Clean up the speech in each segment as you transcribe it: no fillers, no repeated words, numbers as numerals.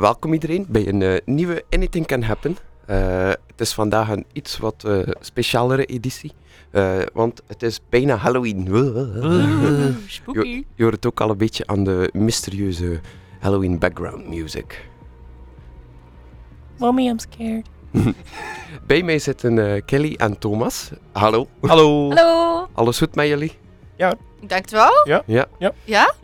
welkom iedereen bij een nieuwe Anything Can Happen. Het is vandaag een iets wat specialere editie, want het is bijna Halloween. Spooky. Je hoort het ook al een beetje aan de mysterieuze Halloween background music. Mommy, I'm scared. Bij mij zitten Kelly en Thomas. Hallo. Hallo. Hallo. Alles goed met jullie? Ik denk het wel. Ja? Ja?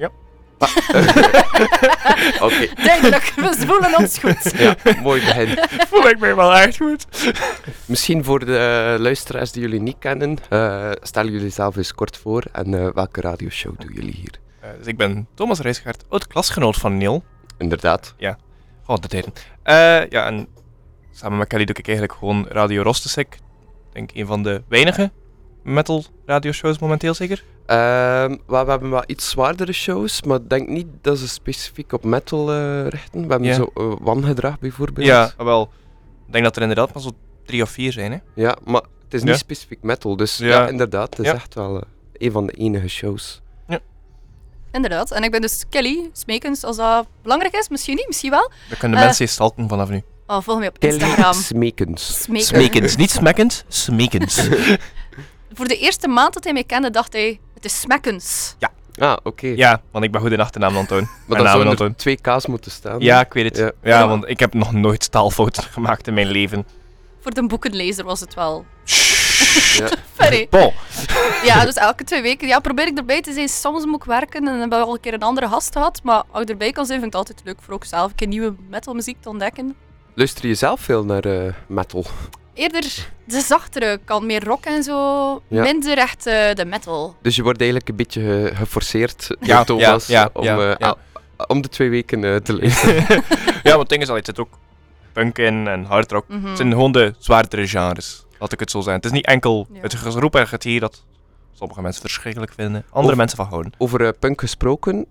Oké. Duidelijk, we voelen ons goed. Ja, mooi begin. Voel ik mij wel echt goed. Misschien voor de luisteraars die jullie niet kennen, stellen jullie zelf eens kort voor en welke radioshow doen jullie hier? Dus ik ben Thomas Rijsgaard, oud-klasgenoot van Neil. Inderdaad. Oh, de tijden. Ja, en samen met Kelly doe ik eigenlijk gewoon Radio Rostesek. Ik denk een van de weinige metal radioshows momenteel zeker. We hebben wel iets zwaardere shows, maar ik denk niet dat ze specifiek op metal richten. We hebben Ja. zo wangedrag bijvoorbeeld. Ja, wel. Ik denk dat er inderdaad maar zo 3 of 4 zijn, hè. Ja, maar het is Ja. niet specifiek metal, dus ja, Ja. inderdaad, het is Ja. echt wel een van de enige shows. Inderdaad. En ik ben dus Kelly Smekens, als dat belangrijk is. Misschien niet, misschien wel. We kunnen mensen eens stalken vanaf nu. Oh, volg me op Kelly Instagram. Smekens. Smekens. Niet smekkens, smekens. Voor de eerste maand dat hij mij kende, dacht hij, het is Smekkens. Ah, oké. Ja, want ik ben goed in achternaam Antoon. Maar Mijn dan naam zouden Antoon. er 2 K's moeten staan. Ja, ik weet het. Ja. Ja, want ik heb nog nooit taalfouten gemaakt in mijn leven. Voor de boekenlezer was het wel. Ja. Sorry. Bon. Ja, dus elke 2 weken probeer ik erbij te zijn. Soms moet ik werken en dan hebben we al een keer een andere gast gehad. Maar als ik erbij kan zijn, vind ik het altijd leuk voor ook zelf een keer nieuwe metalmuziek te ontdekken. Luister je zelf veel naar metal? Eerder de zachtere kant, meer rock en zo. Ja. Minder echt de metal. Dus je wordt eigenlijk een beetje geforceerd Ja, door Thomas ja, om, ja, ja. om de 2 weken te luisteren. Ja, maar het ding is al, het zit ook punk in en hardrock. Mhm. Het zijn gewoon de zwaardere genres, laat ik het zo zeggen. Het is niet enkel Ja. het geroep en getier dat sommige mensen verschrikkelijk vinden, andere Of- mensen van houden. Over punk gesproken,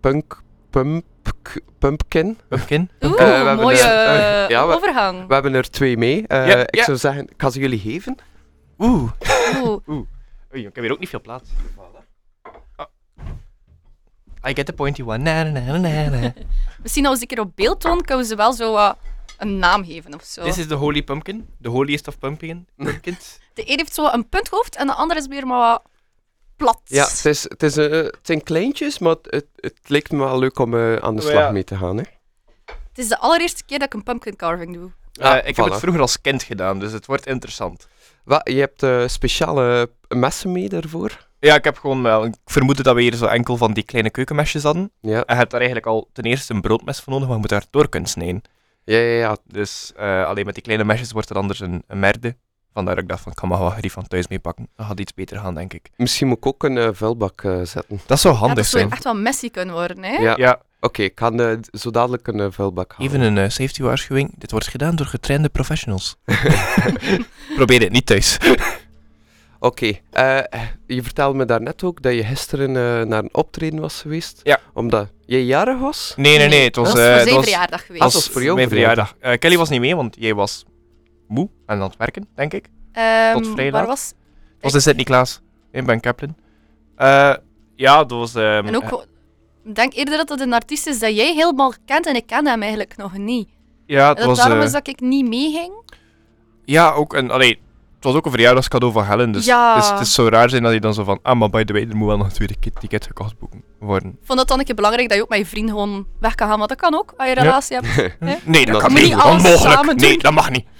Pumpkin. Pumpkin? Oeh, we hebben mooie ja, we- overgang. We hebben er 2 mee. Ja, Ik ja. zou zeggen, ik kan ze jullie geven. Oeh. Oeh. Oei, ik heb hier ook niet veel plaats. Ah. I get the point you want. Na, na, na, na, na. Misschien als ik er op beeld toon, kunnen we ze wel zo een naam geven of zo. This is the holy pumpkin. The holiest of pumpkins. De een heeft zo een punthoofd en de andere is weer maar wat plat. Ja, het zijn kleintjes, maar het lijkt me wel leuk om aan de Oh, slag ja. mee te gaan. Hè. Het is de allereerste keer dat ik een pumpkin carving doe. Ik heb voilà. het vroeger als kind gedaan, dus het wordt interessant. Je hebt speciale messen mee daarvoor. Ja, ik heb gewoon wel. Ik vermoedde dat we hier zo enkel van die kleine keukenmesjes hadden. Ja, En je hebt daar eigenlijk al ten eerste een broodmes voor nodig, maar je moet daar door kunnen snijden. ja. Dus alleen met die kleine mesjes wordt het anders een merde. Vandaar dat ik dacht van, ik kan maar wat grief van thuis meepakken. Dat gaat iets beter gaan, denk ik. Misschien moet ik ook een vuilbak zetten. Dat zou Ja, handig dat zou zijn. echt wel messy kunnen worden, hè? Ja. Ja, Oké, ik ga zo dadelijk een vuilbak halen. even een safety waarschuwing. Dit wordt gedaan door getrainde professionals. Probeer het niet thuis. Oké, je vertelde me daarnet ook dat je gisteren naar een optreden was geweest. Ja. Omdat jij jarig was. Nee. Het was, Dat was voor het zijn was- verjaardag geweest. dat was voor jou mijn verjaardag. verjaardag. Kelly was niet mee, want jij was moe en aan het werken, denk ik. tot vrij laat. Waar was... Het was in Sint-Niklaas in Ben Kaplan. Ja, dat was... En ook, ik denk eerder dat het een artiest is dat jij helemaal kent en ik ken hem eigenlijk nog niet. ja, En het dat was... daarom is dat ik niet meeging. Ja, ook een... Allee, het was ook een verjaardagscadeau van Helen, dus Ja. het is zo raar zijn dat je dan zo van... Ah, maar by the way, er moet wel nog een tweede ticket gekocht worden. Ik vond het dan een keer belangrijk dat je ook met je vriend gewoon weg kan gaan, want dat kan ook, als je een relatie hebt. Nee, dat Dat kan moet niet. niet alles Onmogelijk. samen Nee, doen. dat mag niet.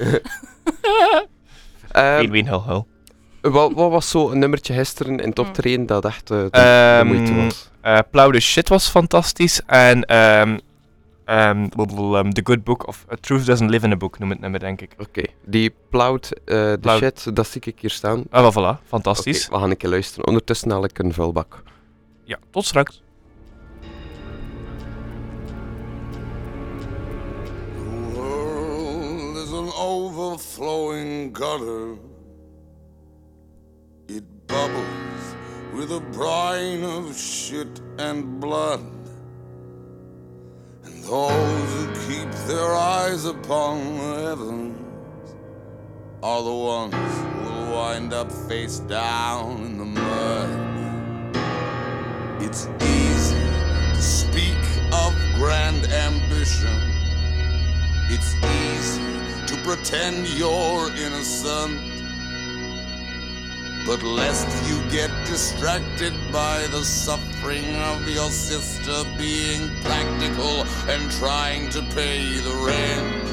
Ehm, Ween, huil. wat was zo een nummertje gisteren in het Hm. optreden dat echt de moeite was? Plow the Shit was fantastisch. En The Good Book of A Truth Doesn't Live in a Book, noem het nummer, denk ik. Oké, die plowed de Plowed. shit, dat zie ik hier staan. Ah, wel, voilà. Oké, Fantastisch. we gaan een keer luisteren. Ondertussen haal ik een vuilbak. Ja, tot straks. The world is an overflowing gutter. It bubbles with a brine of shit and blood. And those who keep their eyes upon the heavens are the ones who will wind up face down in the mud. It's easy to speak of grand ambition It's easy to pretend you're innocent, but lest you get distracted by the suffering of your sister being practical and trying to pay the rent.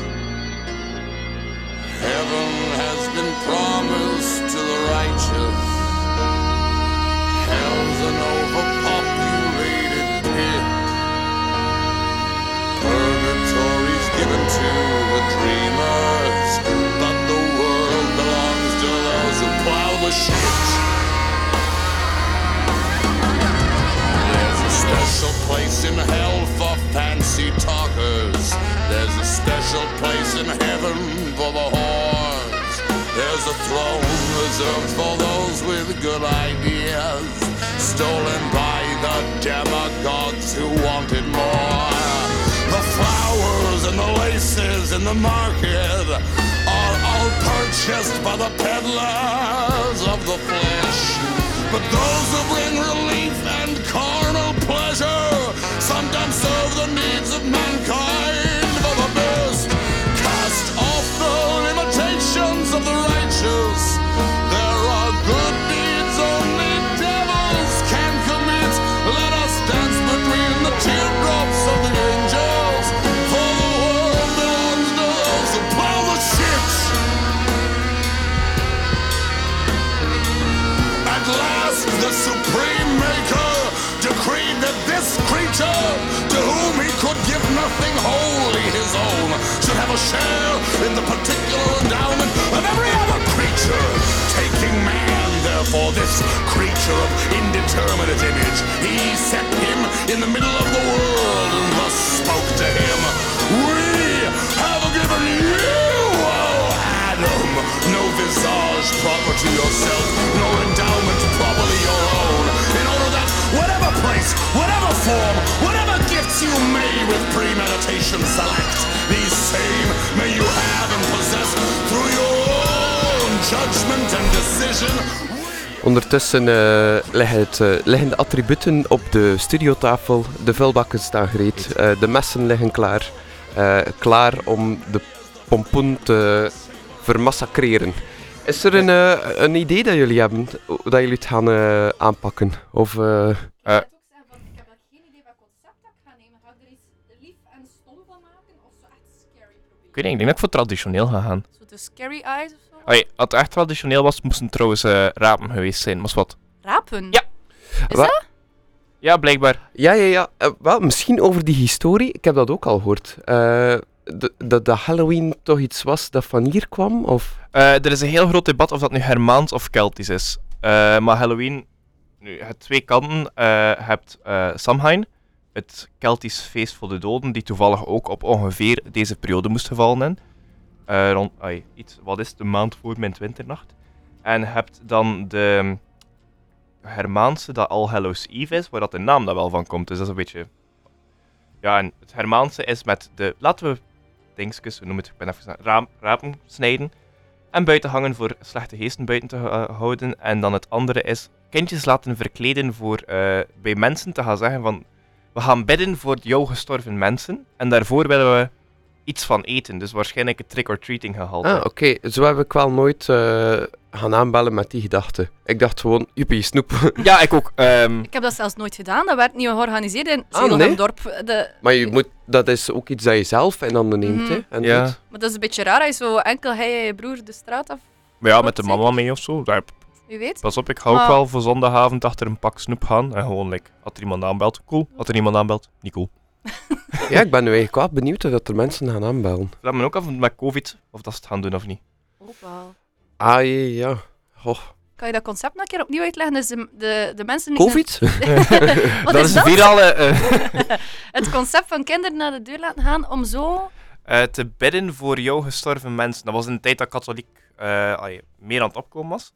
Heaven has been promised to the righteous. Hell's an overpopulated pit. Purgatory's given to the dreamers, but the world belongs to those who plow the shit. There's a special place in hell for fancy talkers. There's a special place in heaven for the whores. There's a throne reserved for those with good ideas, stolen by the demagogues who wanted more. The flowers and the laces in the market are all purchased by the peddlers of the flesh. But those who bring relief and carnal pleasure sometimes serve the needs of mankind for the best. Cast off the limitations of the righteous. There are good deeds only devils can commit. Let us dance between the teardrops of the angels, for the world belongs to those who plow the shit. At last the Supreme Maker decreed that this creature, to whom he could give nothing wholly his own, should have a share in the particular endowment of every other creature. Taking man, therefore, this creature of indeterminate image, he set him in the middle of the world and thus spoke to him. We have given you, Adam, no visage proper to yourself, nor endowment properly your own, in order that whatever place, whatever form, whatever gifts you may with premeditation select, these same may you have and possess through your own judgment and decision. Ondertussen liggen de attributen op de studiotafel. De vulbakken staan gereed. De messen liggen klaar. Klaar om de pompoen te vermassacreren. Is er een idee dat jullie hebben? Dat jullie het gaan aanpakken? Of... Ik ga ook zeggen, van, ik heb geen idee wat concept ik ga nemen. Ga ik er iets lief en stom van maken of zo echt scary proberen? Ik weet niet, ik denk dat ik voor traditioneel ga gaan. Zo de scary eyes of zo? Als het echt traditioneel was, moesten trouwens rapen geweest zijn. Maar wat? Rapen? Ja. Is dat? Ja, blijkbaar. Ja. Wel, misschien over die historie. Ik heb dat ook al gehoord. Dat Halloween toch iets was dat van hier kwam? Of... Er is een heel groot debat of dat nu Germaans of Keltisch is. Maar Halloween, nu, je hebt twee kanten. Je hebt Samhain, het Keltisch feest voor de doden, die toevallig ook op ongeveer deze periode moest gevallen zijn. Wat is de maand voor mijn winternacht. En je hebt dan de Germaanse, dat All Hallows Eve is, waar dat de naam daar wel van komt. Dus dat is een beetje... Ja, en het Germaanse is met de... Laten we dingetjes, we noemen het, ik ben even rapen snijden. En buiten hangen voor slechte geesten buiten te houden. En dan het andere is kindjes laten verkleden voor bij mensen te gaan zeggen van... We gaan bidden voor jouw gestorven mensen. En daarvoor willen we iets van eten. Dus waarschijnlijk het trick-or-treating gehalte. Ah, oké. Zo heb ik wel nooit gaan aanbellen met die gedachte. Ik dacht gewoon, juppie, snoep. Ja, ik ook. Ik heb dat zelfs nooit gedaan. Dat werd niet georganiseerd in Ah, nee? Zeelandorp. Maar dat is ook iets dat je zelf in handen neemt, Mhm. hè? En Ja. doet. Maar dat is een beetje raar als je zo enkel hij en je broer de straat af... Maar ja, met de mama mee of zo. Daar, Wie weet. pas op, ik ga ook wel voor zondagavond achter een pak snoep gaan. En gewoon, like, had er iemand aanbelt, cool. Had er niemand aanbelt, niet cool. Ja, ik ben nu eigenlijk wel benieuwd of dat er mensen gaan aanbellen. Ik vraag me ook af met COVID of dat ze het gaan doen of niet. Ook wel. Ah, ja. Oh. Kan je dat concept nog een keer opnieuw uitleggen? Dus de mensen... die- Covid? Wat dat is is dat? een virale... Het concept van kinderen naar de deur laten gaan om zo... te bidden voor jouw gestorven mensen. Dat was in de tijd dat katholiek meer aan het opkomen was.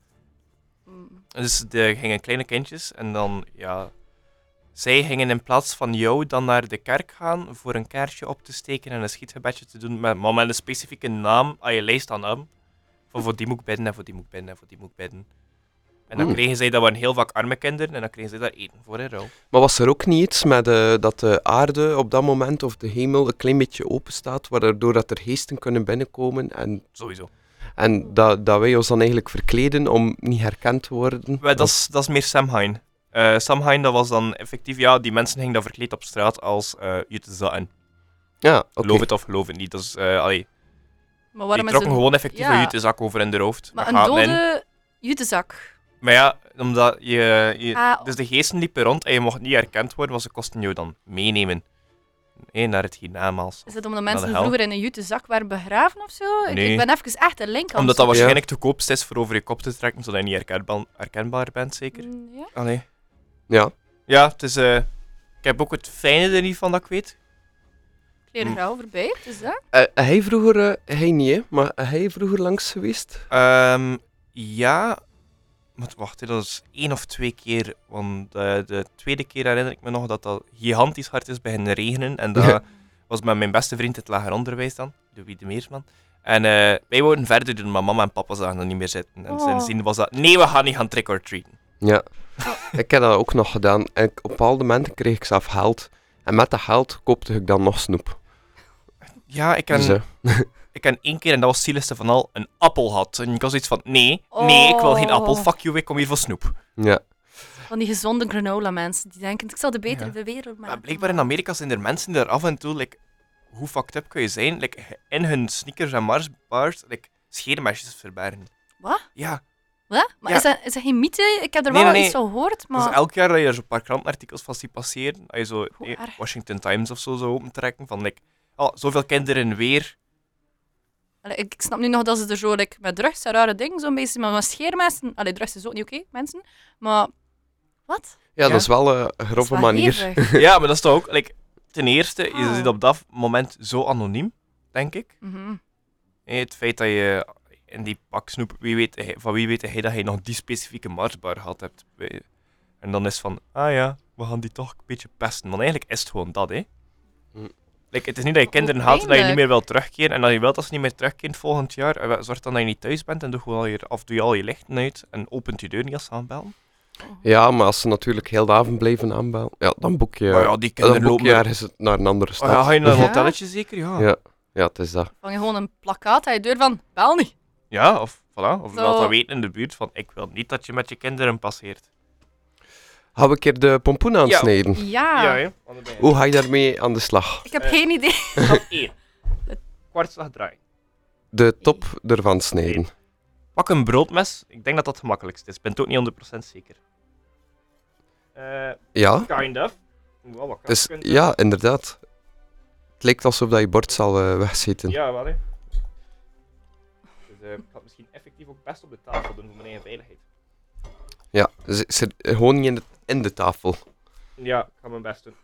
Dus er gingen kleine kindjes en dan, ja... Zij gingen in plaats van jou dan naar de kerk gaan voor een kaarsje op te steken en een schietgebedje te doen, maar met een specifieke naam, je lijst aan hem. Van voor die moet ik bidden en voor die moet ik bidden en voor die moet ik bidden. En dan kregen zij, dat waren heel vaak arme kinderen, en dan kregen zij daar eten voor in ruil. Maar was er ook niet iets met dat de aarde op dat moment of de hemel een klein beetje open staat, waardoor dat er geesten kunnen binnenkomen Sowieso. en dat wij ons dan eigenlijk verkleden om niet herkend te worden? Dat is meer Samhain. Samhain, dat was dan effectief, ja, die mensen gingen dan verkleed op straat als Jutezaten. Ja, oké. Geloof het of geloof het niet. Dus, allee, Maar die waarom is trokken een... gewoon effectief Ja. een jutezak over in de hoofd. Maar met een gaten in. dode jutezak. Maar ja, omdat je Ah, dus de geesten liepen rond en je mocht niet herkend worden, want ze kosten jou dan meenemen. Naar het hiernamaals. is het omdat naar mensen de hel. vroeger in een jutezak waren begraven of zo? Nee. Ik ben even echt een link aan Omdat dat het zoeken. waarschijnlijk te koopst is voor over je kop te trekken, zodat je niet herkenbaar bent, zeker. Ja. Allee. Ja. Ja, het is... ik heb ook het fijne er niet van dat ik weet. Kleren grauw voorbij, dus dat. Hij vroeger, hij niet, hè, maar hij vroeger langs geweest? Ja... Maar wacht, hè, dat is 1 of 2 keer. Want de tweede keer herinner ik me nog dat dat gigantisch hard is beginnen regenen. En dat was met mijn beste vriend het lager onderwijs dan, Louis de Meersman. En wij wouden verder doen, maar mama en papa zagen er niet meer zitten. En Oh. sindsdien was dat... Nee, we gaan niet gaan trick-or-treaten. Ja. Ik heb dat ook nog gedaan. En op bepaalde momenten kreeg ik zelf geld. En met dat geld koopte ik dan nog snoep. Ja, ik Dus, heb 1 keer, en dat was het zieligste van al, een appel gehad. En ik was zoiets van, nee, ik wil geen appel. Fuck you, ik kom hier voor snoep. ja. Van die gezonde granola mensen die denken, ik zal de betere Ja. de wereld maken. Maar blijkbaar in Amerika zijn er mensen die er af en toe, like, hoe fucked up kun je zijn, like, in hun sneakers en Mars bars, like, scheermesjes verbergen. Wat? Ja, Wat? Maar Ja. is dat geen mythe? Ik heb er Nee, wel nee, iets van gehoord, maar... dus elk jaar dat je er zo'n paar krantenartikels van ziet passeren, dat je zo Hoe erg. Washington Times of zo zou opentrekken, van, like, zoveel kinderen weer. Allee, ik snap nu nog dat ze er zo like, met drugs en rare dingen zo'n beetje... Maar met scheermessen... Allee, drugs is ook niet oké, mensen. Maar... Wat? Ja, dat is wel een Dat is grove wel manier. hevig. Ja, maar dat is toch ook, like, ten eerste, je Oh. zit op dat moment zo anoniem, denk ik. Mhm. Het feit dat je in die pak snoep, van wie weet hij dat hij nog die specifieke Marsbar gehad hebt. En dan is van, ja, we gaan die toch een beetje pesten. Want eigenlijk is het gewoon dat, hè. Hm. Like, het is niet dat je Hoe kinderen haalt dat je niet pijnlijk. meer wilt terugkeren. En dat je wilt dat ze niet meer terugkeren volgend jaar. Zorg dan dat je niet thuis bent en doe je al je lichten uit. En opent je deur niet als ze aanbellen. Ja, maar als ze natuurlijk heel de avond blijven aanbellen, ja, dan boek je, Maar ja, die kinderen dan boek lopen... je ergens naar een andere stad. ga je naar een Ja? hotelletje zeker? Ja. Ja. Ja, het is dat. Vang je gewoon een plakkaat aan je deur van, bel niet. Ja, of voilà. Of Zo. laat dat weten in de buurt van, ik wil niet dat je met je kinderen passeert. Gaan we een keer de pompoen aansnijden? Ja. hè. Hoe ga je daarmee aan de slag? Ik heb geen idee. Stap 1. Kwartslag draaien. De top ervan snijden. Pak een broodmes. Ik denk dat dat het gemakkelijkst is. Ik ben het ook niet 100% zeker. Ja, Kind of. Wel wat het is, krap ja, inderdaad. Het lijkt alsof dat je bord zal wegzitten. Ja, wel hè. Dus ik ga het misschien effectief ook best op de tafel doen voor mijn eigen veiligheid. Ja, zit gewoon niet in de tafel. Ja, ik ga mijn best doen.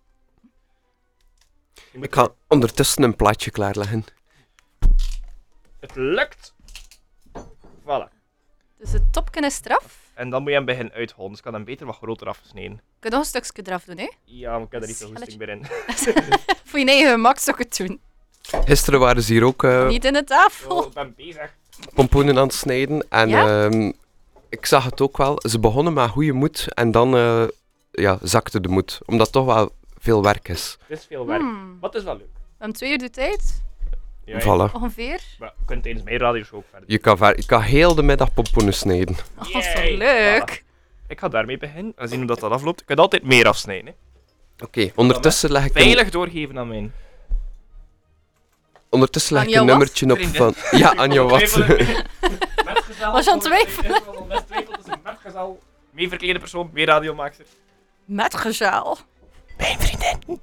Je moet- Ik ga ondertussen een plaatje klaarleggen. Het lukt! Voilà. Dus het topje is eraf. En dan moet je hem beginnen uithollen. Dus ik kan hem beter wat groter afsnijden. Ik kan nog een stukje eraf doen, hè. Ja, maar ik heb er niet veel goesting meer in. Voor je eigen gemak zou ik het doen. Gisteren waren ze hier ook Niet in de tafel. Oh, ik ben bezig. pompoenen aan het snijden. En Ja? ik zag het ook wel. Ze begonnen met goede moed en dan zakte de moed. Omdat het toch wel veel werk is. Het is veel werk. Hmm. Wat is wel leuk. We hebben 2 uur de tijd, Ja, Voilà. ongeveer. Maar je kunt tijdens mijn radioshow ook verder. Je kan heel de middag pompoenen snijden. Oh, dat is Yay. toch leuk. Ik ga daarmee beginnen en zien hoe dat afloopt. Je kunt altijd meer afsnijden. Hè. Oké, ondertussen leg ik Veilig doorgeven aan mijn. ondertussen leg ik Anja een wat? nummertje op Vriendin. van... Ja, Anja wat. Metgezel. Was je aan het twijfelen? Metgezel is een metgezel. Mee verklede persoon, meer radiomaakster. Met gezaal. Mijn vriendin.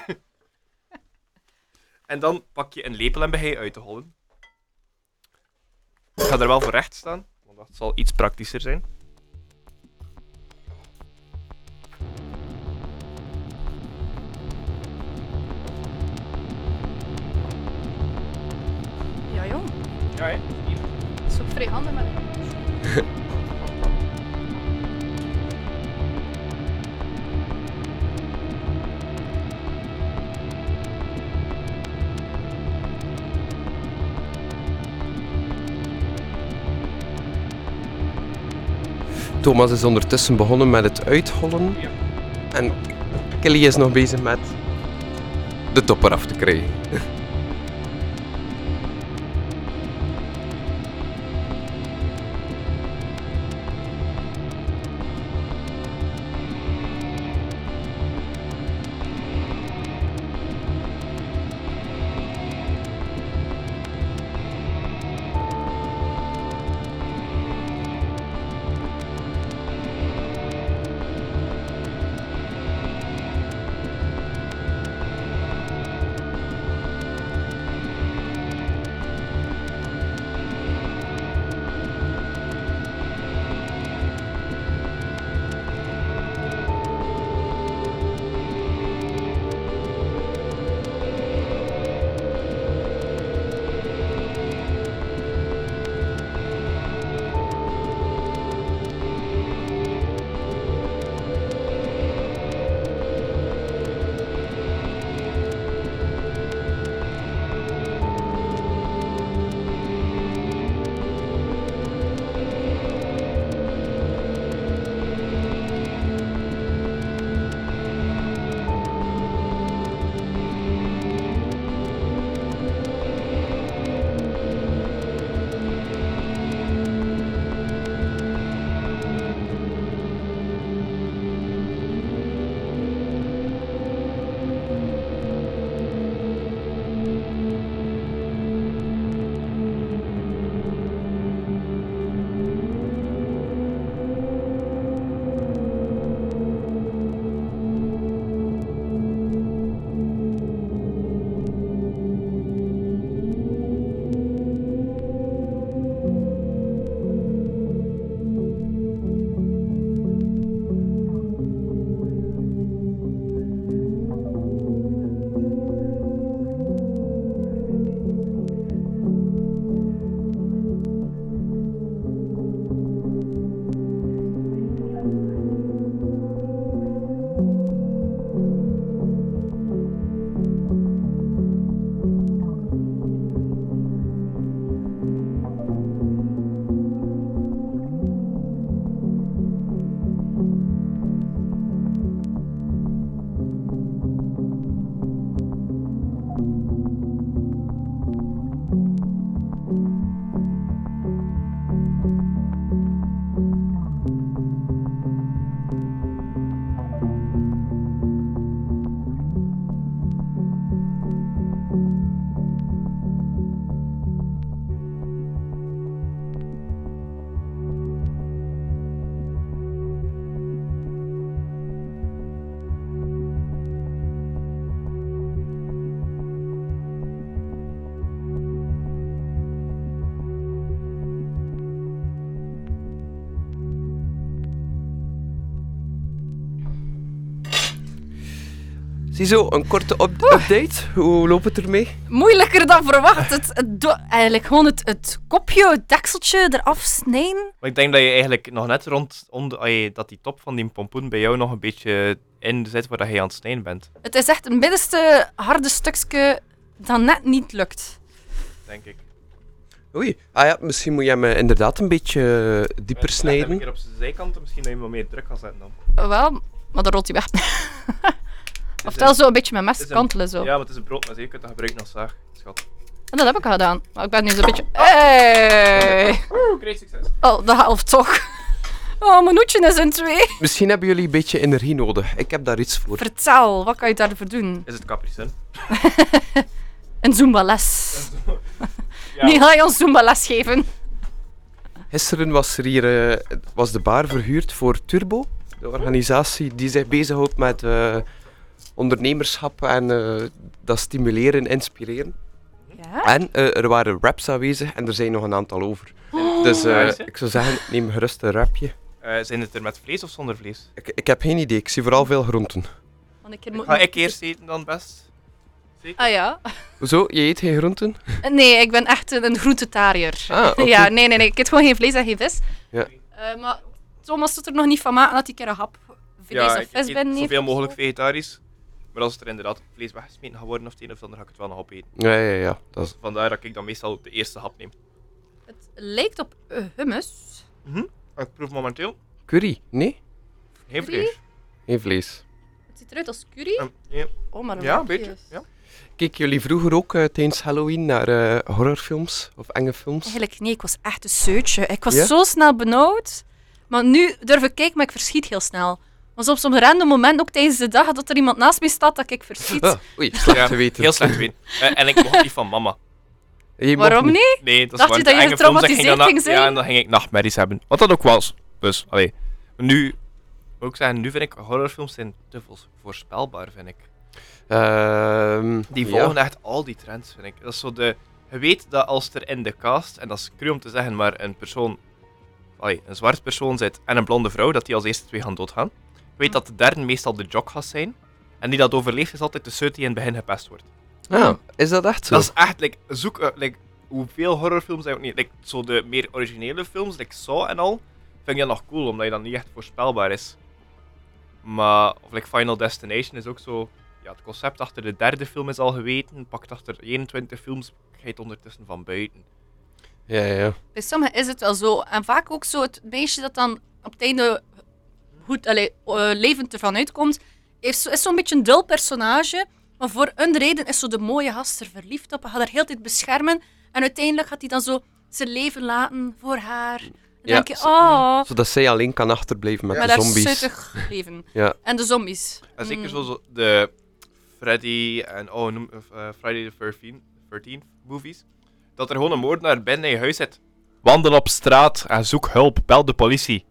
En dan pak je een lepel en begin je uit te hollen. Ik ga er wel voor recht staan, want dat zal iets praktischer zijn. Ja, jong. Ja, hè? Hier. Dat is ook vrij handig met Thomas is ondertussen begonnen met het uithollen. Ja. En Kelly is nog bezig met de top eraf te krijgen. Ziezo, een korte update. Hoe loopt het ermee? Moeilijker dan verwacht. Eigenlijk gewoon het kopje, het dekseltje eraf snijden. Maar ik denk dat je eigenlijk nog net dat die top van die pompoen bij jou nog een beetje in zit waar je aan het snijden bent. Het is echt het middenste harde stukje dat net niet lukt. Denk ik. Oei. Ah ja, misschien moet je hem inderdaad een beetje dieper Een snijden. keer op zijn zijkant, misschien dat je wat meer druk kan zetten dan. Wel, maar dan rolt hij weg. Oftewel zo een beetje met mes kantelen zo. Ja, maar het is een broodmes, je kunt dat gebruiken als zaag, schat. En dat heb ik al gedaan. Maar ik ben nu zo'n beetje... Hey! Great succes. Oh, de helft toch. Oh, mijn hoedje is in twee. Misschien hebben jullie een beetje energie nodig. Ik heb daar iets voor. Vertel, wat kan je daarvoor doen? Is het Capri-Sun? Een Zumba-les. Ja. Wie ga je ons Zumba-les geven? Gisteren was er hier was de bar verhuurd voor Turbo. De organisatie die zich bezighoudt met ondernemerschap en dat stimuleren, inspireren. Ja? En er waren raps aanwezig en er zijn nog een aantal over. Dus Nice. ik zou zeggen, neem gerust een rapje. Zijn het er met vlees of zonder vlees? Ik heb geen idee, ik zie vooral veel groenten. Want ik moet... Ga ik eerst eten dan best? Zeker? Ah ja? Hoezo? Je eet geen groenten? Nee, ik ben echt een groentetariër. Ah, oké. Ja, nee. Ik eet gewoon geen vlees en geen vis. Ja. Maar Thomas doet er nog niet van maken dat hij een keer een hap vlees Ja, of ik vis eet binnen heeft. zoveel of mogelijk zo. vegetarisch. Maar als er inderdaad vlees weggesmeten gaat worden of het een of ander, ga ik het wel nog opeten. Ja. Dat is... Vandaar dat ik dan meestal de eerste hap neem. Het lijkt op hummus. Ik proef momenteel. Curry? Nee? Geen vlees. Geen vlees. Het ziet eruit als curry. Ja, Oh, maar ja, een beetje. Ja. Keken jullie vroeger ook tijdens Halloween naar horrorfilms of enge films? Eigenlijk nee, ik was echt een zeutje. Ik was Ja? zo snel benauwd. Maar nu durf ik kijken, maar ik verschiet heel snel. Maar op zo'n random moment, ook tijdens de dag, dat er iemand naast mij staat, dat ik verschiet. Ah, oei, slecht Ja, te weten. heel slecht weten. En ik mocht niet van mama. Je mocht Waarom niet? Nee, dat is Dacht waar je de dat je enge films, dan ging getraumatiseerd dan ging zijn? Ja, en dan ging ik nachtmerries hebben. Wat dat ook was. Dus, allee. Nu, moet ik zeggen, nu vind ik horrorfilms zijn te voorspelbaar, vind ik. Die volgen echt al die trends, vind ik. Dat is zo de... Je weet dat als er in de cast, en dat is cru om te zeggen, maar een persoon... een zwart persoon zit en een blonde vrouw, dat die als eerste twee gaan doodgaan. Je weet dat de derde meestal de jock gaat zijn. En die dat overleeft, is altijd de sut die in het begin gepest wordt. Ah, is dat echt zo? Dat is echt, zoek hoeveel horrorfilms zijn ook niet. Zo de meer originele films, Saw en al, vind ik dat nog cool, omdat je dan niet echt voorspelbaar is. Maar, of Final Destination is ook zo... Ja, het concept achter de derde film is al geweten. Pakt achter 21 films, ga je het ondertussen van buiten. Ja. Bij sommigen is het wel zo. En vaak ook zo het meisje dat dan op het einde goed, levend ervan uitkomt, is zo'n beetje een dul personage. Maar voor een reden is zo de mooie gast er verliefd op. Hij gaat haar heel de tijd beschermen. En uiteindelijk gaat hij dan zo zijn leven laten voor haar. Dan denk je, oh, Zodat zij alleen kan achterblijven met met de haar zombies. suttig leven. Ja. En de zombies. En zeker zo de Freddy en Friday the 13th movies. Dat er gewoon een moordenaar binnen in je huis zit. Wandel op straat en zoek hulp, bel de politie.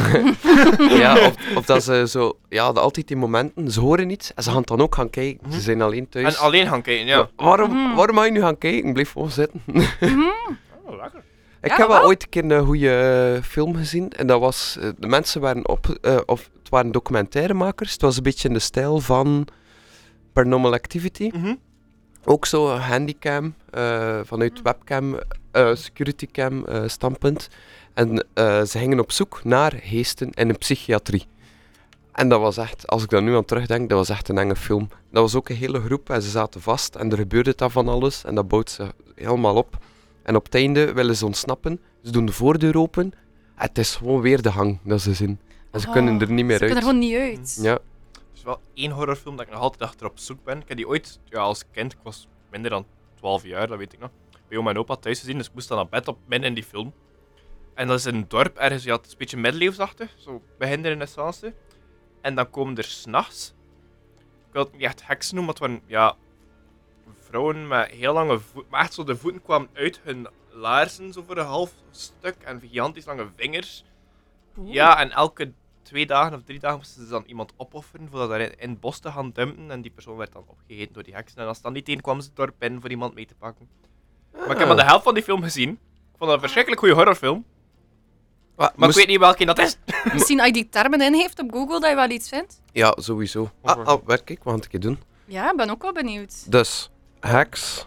Ja, of dat ze zo... Ja, altijd die momenten, ze horen iets en ze gaan dan ook gaan kijken. Ze zijn alleen thuis. En alleen gaan kijken, ja. Waarom ga je nu gaan kijken? Blijf gewoon zitten. Oh, lekker. Ik Ja, heb wel wel. ooit een keer een goede film gezien. En dat was... de mensen waren het waren documentairemakers. Het was een beetje in de stijl van Paranormal Activity. Ook zo een handycam, vanuit webcam, securitycam standpunt. En ze gingen op zoek naar geesten in een psychiatrie. En dat was echt, als ik daar nu aan terugdenk, dat was echt een enge film. Dat was ook een hele groep en ze zaten vast en er gebeurde daar van alles. En dat bouwt ze helemaal op. En op het einde willen ze ontsnappen. Ze doen de voordeur open. En het is gewoon weer de hang dat ze zien. En ze kunnen er niet meer Ze kunnen uit. er gewoon niet uit. Ja. Er is wel één horrorfilm dat ik nog altijd achter op zoek ben. Ik heb die ooit, als kind, ik was minder dan 12 jaar, dat weet ik nog, bij oma en opa thuis gezien, dus ik moest dan naar bed op midden in die film. En dat is in een dorp ergens, ja, het is een beetje middeleeuwsachtig, zo begin de renaissance. En dan komen er 's nachts, ik wil het niet echt heksen noemen, maar het waren, ja, vrouwen met heel lange voeten, maar echt zo de voeten kwamen uit hun laarzen, zo voor een half stuk, en gigantisch lange vingers. Ja, en elke 2 dagen of 3 dagen moesten ze dan iemand opofferen voordat daar in het bos te gaan dumpen. En die persoon werd dan opgegeten door die heksen. En als het dan niet één kwam ze het dorp binnen voor iemand mee te pakken. Maar ik heb al de helft van die film gezien. Ik vond dat een verschrikkelijk goede horrorfilm. Maar ik weet niet welke dat is. Misschien als je die termen ingeeft op Google, dat je wel iets vindt. Ja, sowieso. Werk ik, wat ga ik doen? Ja, ik ben ook wel benieuwd. Dus, hacks,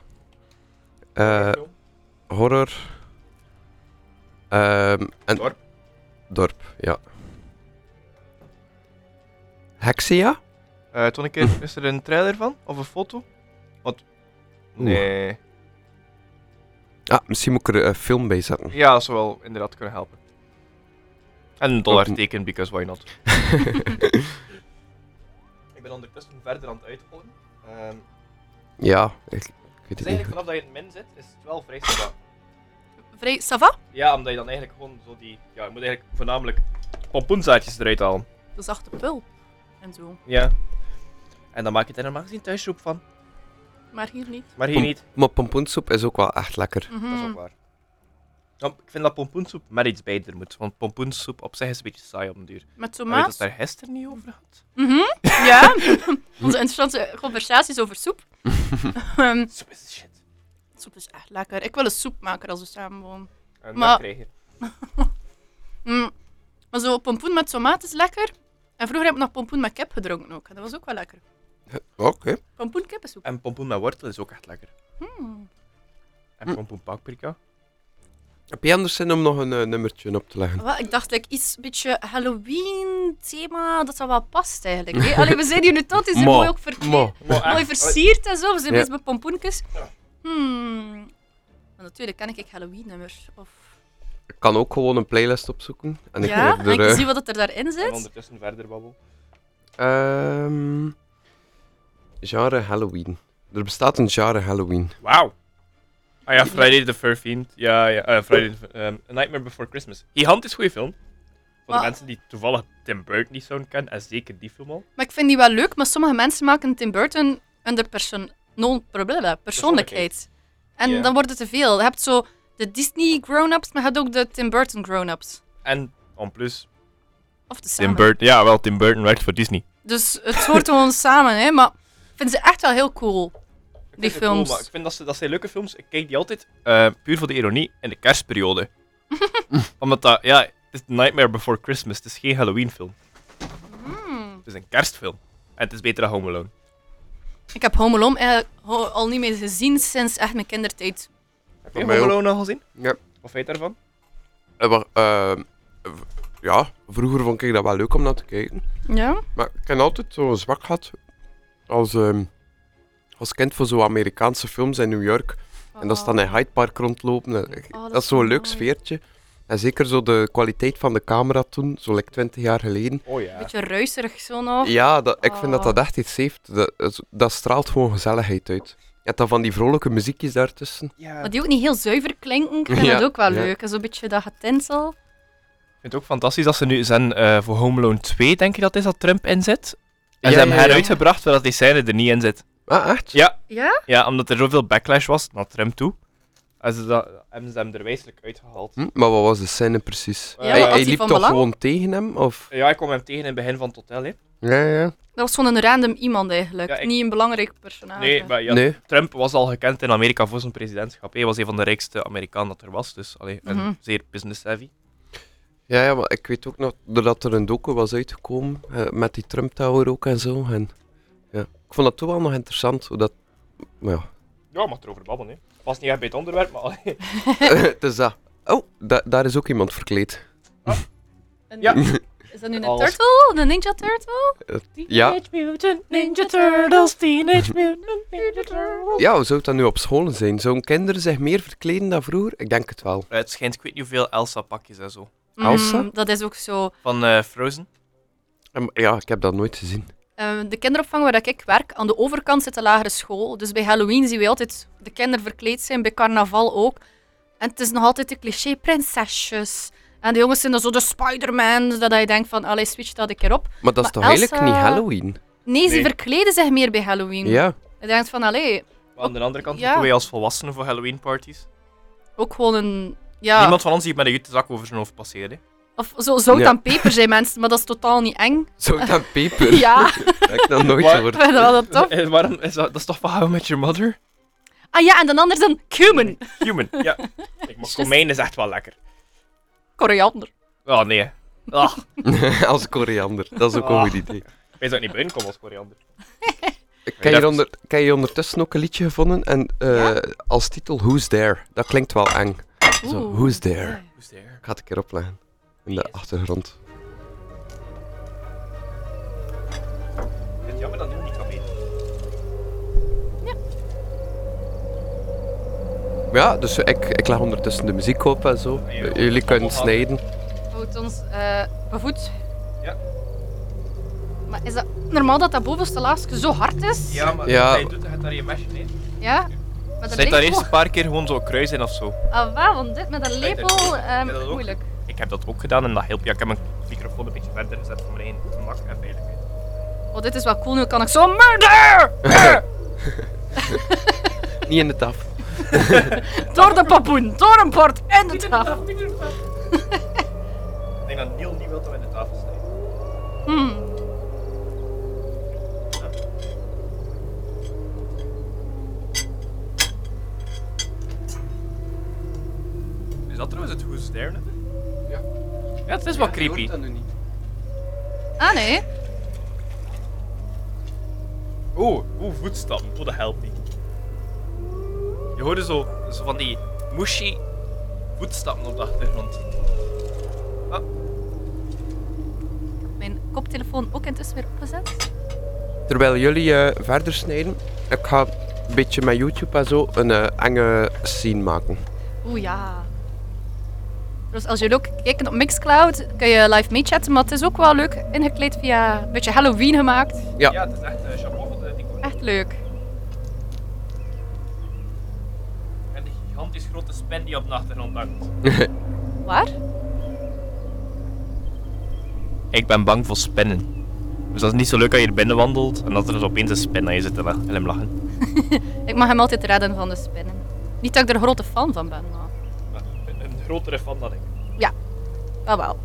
horror, en Dorp. dorp, ja. Hexia? Toen een keer, is er een trailer van? Of een foto? Want... Nee. Ah, misschien moet ik er een film bij zetten. Ja, dat zou wel inderdaad kunnen helpen. En een dollarteken, because why not? Ik ben ondertussen verder aan het uitvolgen. Ja, ik weet Dus het niet. eigenlijk vanaf dat je in het min zit, is het wel vrij sava. Vrij, ça va? Ja, omdat je dan eigenlijk gewoon zo die... Ja, je moet eigenlijk voornamelijk pompoenzaadjes eruit halen. De zachte pulp. En zo. Ja. En dan maak je er normaal gezien thuissoep van. Maar hier niet. Maar hier niet. Maar pompoensoep is ook wel echt lekker. Dat is ook waar. Ja, ik vind dat pompoensoep met iets bij er moet. Want pompoensoep op zich is een beetje saai op een duur. Met Weet je dat tomaat. het daar gisteren niet over had? Ja. Onze interessante conversaties over soep. Soep is shit. Soep is echt lekker. Ik wil een soep maken als we samen wonen. En Maar- dat krijg je. Maar zo pompoen met tomaat is lekker. En vroeger heb ik nog pompoen met kip gedronken ook. En dat was ook wel lekker. Oké. Pompoen kippensoep. En pompoen met wortel is ook echt lekker. Hmm. En pompoen paprika. Heb je anders zin om nog een nummertje op te leggen? Wel, ik dacht iets een beetje Halloween-thema, dat wel past eigenlijk. Hè? Allee, we zijn hier nu tot, is hier Ma, mooi ook verkleed. Ma. Mooi versierd en zo. We zijn Ja. bezig met pompoenkes. Ja. Maar natuurlijk ken ik Halloween-nummers. Of... Ik kan ook gewoon een playlist opzoeken. En ik Ja, er, en ik zie wat er daarin En zit. ondertussen verder babbel. Genre Halloween. Er bestaat een genre Halloween. Wauw. Ah ja, Friday the 13th. Ja. Friday A Nightmare Before Christmas. Gigant is een goede film. Voor de Maar- mensen die toevallig Tim Burton niet zouden kennen, en zeker die film al. Maar ik vind die wel leuk, maar sommige mensen maken Tim Burton under persoonlijkheid. En Ja. dan wordt het te veel. Je hebt zo de Disney grown-ups, maar je hebt ook de Tim Burton grown-ups. En, en plus, Of de samen. Tim Burton. Ja, wel, Tim Burton werkt voor Disney. Dus het hoort gewoon samen, hè. Maar ik vind ze echt wel heel cool, die Ik vind het cool, films. maar ik vind dat zijn leuke films. Ik kijk die altijd, puur voor de ironie, in de kerstperiode. Omdat dat, ja, het is Nightmare Before Christmas. Het is geen Halloween film. Het is een kerstfilm. En het is beter dan Home Alone. Ik heb Home Alone eigenlijk al niet meer gezien sinds echt mijn kindertijd. Heb Voor je mij Home ook. Alone al gezien? Ja. Wat vind je daarvan? Ja, vroeger vond ik dat wel leuk om naar te kijken. Ja? Maar ik heb altijd zo'n zwak gehad als kind voor zo Amerikaanse films in New York. En dat is dan in Hyde Park rondlopen. Dat is zo'n leuk mooi. sfeertje. En zeker zo de kwaliteit van de camera toen, zo like 20 jaar geleden. Oh ja. Beetje ruiserig zo nog. Ja, ik vind dat Oh. echt iets heeft. Dat straalt gewoon gezelligheid uit. Je hebt dan van die vrolijke muziekjes daartussen. Maar die ook niet heel zuiver klinken. Ik vind Ja, dat ook wel ja. leuk. Zo'n beetje dat getinsel. Ik vind het ook fantastisch dat ze nu zijn voor Home Alone 2, denk je dat is, dat Trump in zit. En Ja, ze hebben ja, ja. heruitgebracht terwijl die scène er niet in zit. Ah, echt? Ja, Ja? ja, omdat er zoveel backlash was naar Trump toe. En hebben ze hem er wijselijk uitgehaald. Maar wat was de scène precies? Ja, hij was hij die liep van toch belang? gewoon tegen hem? Of? Ja, ik kwam hem tegen in het begin van het hotel, hè. Ja. Dat was gewoon een random iemand eigenlijk. Ja, Niet een belangrijk personage. Nee, maar ja, Nee. Trump was al gekend in Amerika voor zijn presidentschap. Hij was een van de rijkste Amerikanen dat er was, dus en Mhm. zeer business savvy. Ja, maar ik weet ook nog, doordat er een docu was uitgekomen, met die Trump Tower ook en zo. En, ja. Ik vond dat toen wel nog interessant, hoe dat... Maar ja, Ja, mag erover babbelen, hè. Was niet echt bij het onderwerp, maar allee. het is dat. Oh, daar is ook iemand verkleed. En- Ja. Is dat nu een Als- turtle? Een Ninja Turtle? Ja. Mutant Ninja Turtles, Teenage Mutant Ninja Turtles. Ja, hoe zou het dan nu op scholen zijn? Zouden kinderen zich meer verkleden dan vroeger? Ik denk het wel. Het schijnt, ik weet niet hoeveel Elsa-pakjes en zo. Elsa? Dat is ook zo. Van Frozen. Ja, ik heb dat nooit gezien. De kinderopvang waar ik werk, aan de overkant zit de lagere school. Dus bij Halloween zien we altijd de kinderen verkleed zijn, bij carnaval ook. En het is nog altijd de cliché prinsesjes. En de jongens zijn dan zo de Spider-Man, dat je denkt van, allee, switch dat een keer op. Maar dat is Maar toch eigenlijk Elsa- niet Halloween? Nee, ze Nee. verkleden zich meer bij Halloween. Ja. Je denkt van, allee, Maar aan de andere kant Ja. doen wij als volwassenen voor Halloween-parties. ook gewoon een... Ja, Niemand van ons die met een jutezak over zijn hoofd passeert, hè. of zo zout Ja. en peper zijn mensen, maar dat is totaal niet eng. Zout en peper? Ja, Dat heb ik nog nooit Maar- gehoord. ik vind dat wel tof. Waarom is dat is toch van How I Met Your Mother? Ah ja, en dan anders dan cumin. Human, ja. Kijk, maar komijn is echt wel lekker. Koriander. Oh, nee. Ah, Als koriander. Dat is ook een Ah. goed idee. ik weet dat ik niet binnen kom als koriander. Ik heb je ondertussen ook een liedje gevonden en Ja? als titel Who's There. Dat klinkt wel eng. Zo, Oeh. Who's There? Who's there? Ik ga het een keer opleggen. In de achtergrond. Het is jammer dat die niet kan weten. Ja, dus ik leg ondertussen de muziek op en zo. Ja, Jullie kunnen ja. snijden. Houdt ons bevoed. Ja. Maar is dat normaal dat dat bovenste laagje zo hard is? Ja, maar Ja. hij doet het daar je mesje in. Ja? Met een Zet daar lepel? eerst een paar keer gewoon zo kruis in of zo. Ah, wel, want dit met een lepel, Heb je dat ook? moeilijk. Ik heb dat ook gedaan en dat helpt. Ja, ik heb mijn microfoon een beetje verder gezet voor mijn eigen gemak en veiligheid. Oh, dit is wel cool, nu kan ik zo murder! Niet in de taf. Door de papoen, door een bord en de tafel. Ik denk dat Neil niet wil dat we in de tafel snijden. Is dat trouwens het Who's There nummer? Ja. Ja, het is wel creepy. Ah, nee. Oeh, voetstappen. Oh, dat helpt niet. Je hoorde zo van die mushy voetstappen op de achtergrond. Ah, Mijn koptelefoon ook intussen weer opgezet. Terwijl jullie verder snijden, ik ga een beetje met YouTube en zo een enge scene maken. Oeh, ja. Dus als jullie ook kijken op Mixcloud, kun je live meechatten, maar het is ook wel leuk ingekleed via een beetje Halloween gemaakt. Ja. Ja, het is echt chapeau voor de decor. Echt leuk. En de gigantisch grote spen die op de achtergrond hangt. Waar? Ik ben bang voor spinnen. Dus dat is niet zo leuk als je er binnen wandelt en dat er dus opeens een spin aan je zit te glimlachen. Ik mag hem altijd redden van de spinnen. Niet dat ik er een grote fan van ben, maar Een grotere fan dan ik. wel wel.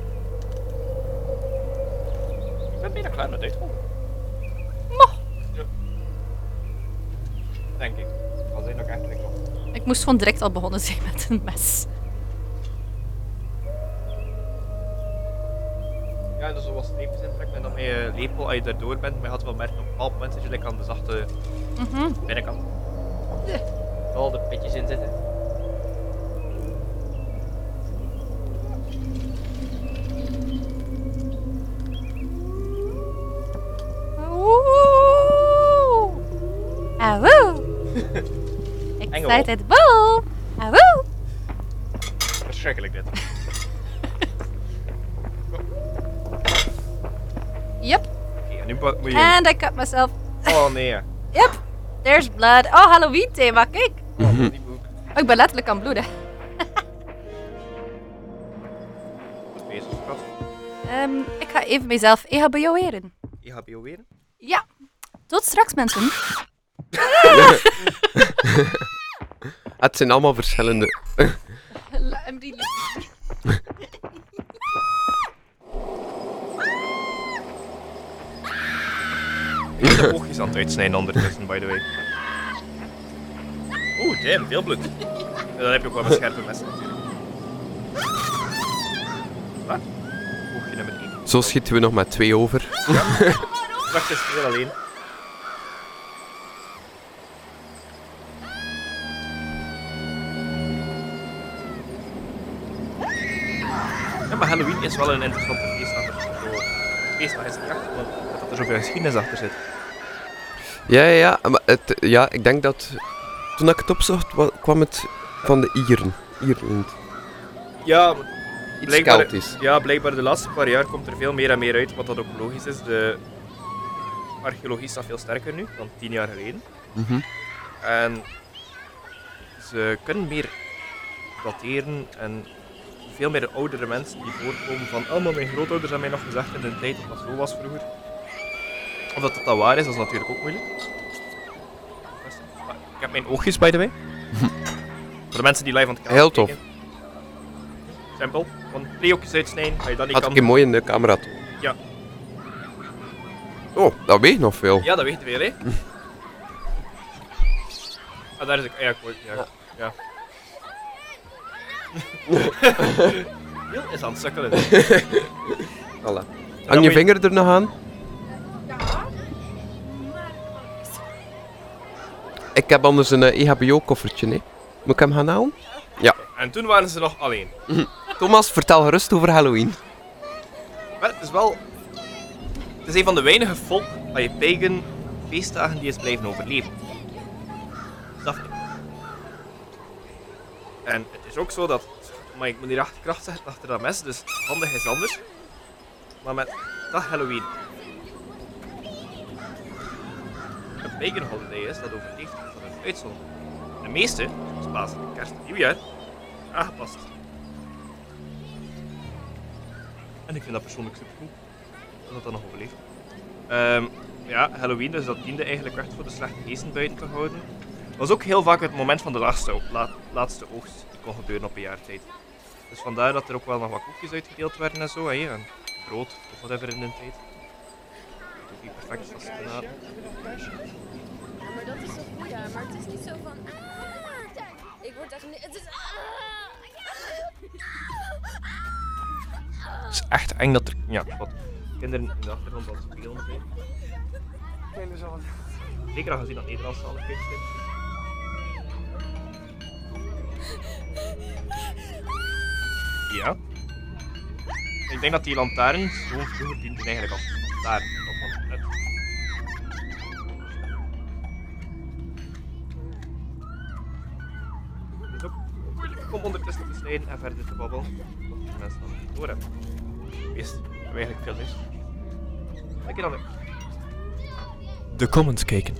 Ik ben bijna klaar met uitrollen. Moh. Ja. Denk ik. Al zijn nog echt lekker op. Ik moest gewoon direct al begonnen zijn met een mes. Ja, dus zoals streepjes intrekken en dan met je lepel, als je erdoor bent, maar je gaat wel merken op een bepaald moment dat je lekker aan de zachte binnenkant. Al de pitjes in zitten. Oeh. Auwoe. Excited bull. Auwoe. Verschrikkelijk dit. Yep. Oké, en nu moet je... And I cut myself. Oh nee. Yep. There's blood. Oh, Halloween thema, kijk. Oh, die boek. Oh, ik ben letterlijk aan het bloeden. Goed bezig, schat. Ik ga even mezelf EHBO'eren. EHBO weer? Ja. Tot straks, mensen. Het zijn allemaal verschillende. Laat hem die Ik ben de oogjes aan het uitsnijden ondertussen, by the way. Oeh, damn, veel bloed. Ja, dan heb je ook wel met scherpe messen natuurlijk. Wat? Oogje nummer 1. Zo schieten we nog met 2 over. Straks is het weer alleen. Ja, maar Halloween is wel een interessante feestdag. Feestdag is het echt, want dat er zoveel geschiedenis achter zit. Ja, maar ik denk dat toen ik het opzocht, kwam het van de Ieren. Ierland. Ja, Iets Keltisch. Ja, blijkbaar de laatste paar jaar komt er veel meer en meer uit, wat dat ook logisch is. De archeologie staat veel sterker nu dan 10 jaar geleden. Mhm. En ze kunnen meer dateren en veel meer oudere mensen die voorkomen van oh, maar mijn grootouders hebben mij nog gezegd in de tijd dat dat zo was vroeger. Of dat dat waar is, dat is natuurlijk ook moeilijk. Maar ik heb mijn oogjes, by the way. Voor de mensen die live aan het kijken Heel tof. Simpel. Gewoon 2 oogjes uitsnijden, als je dat niet Had kan. ik een mooie in de camera. Ja. Oh, dat weegt nog veel. Ja, dat weet je veel, hè? Ah, daar is ik. Ja, cool. Ja. Heel is aan het sukkelen. Voilà. Hang je vinger er nog aan? Ik heb anders een EHBO-koffertje, hè. Moet ik hem gaan halen? Ja. En toen waren ze nog alleen. Thomas, vertel gerust over Halloween. Maar het is wel... Het is een van de weinige volk van je pagan feestdagen die is blijven overleven. Snap je? En het is ook zo dat... Maar ik moet hier achter kracht zetten achter dat mes, dus handig is anders. Maar met dat Halloween... Een pagan holiday is dat overleeft van een uitzondering. De meeste, zoals Pasen, Kerst en Nieuwjaar, aangepast. En ik vind dat persoonlijk supercool. Dat dat nog overleeft. Ja, Halloween, dus dat diende eigenlijk echt voor de slechte geesten buiten te houden. Dat was ook heel vaak het moment van de laatste oogst die kon gebeuren op een jaar tijd. Dus vandaar dat er ook wel nog wat koekjes uitgedeeld werden en zo. En brood of whatever in de tijd. Dat hoef je perfect vast te laten. Ja, maar dat is toch goed, ja. Maar het is niet zo van... Ik word echt... Het is... Het is echt eng dat er wat kinderen in de achtergrond aan het spelen zijn. Zeker aangezien dat Nederlands al een beetje is. Ja. Ik denk dat die lantaarns gewoon vroeger dienden eigenlijk als lantaarn. Het is ook moeilijk om ondertussen te snijden en verder te babbelen. Tot de mensen dan niet door hebben. Eerst hebben we eigenlijk veel mis. Kijk je dan de comments kijken.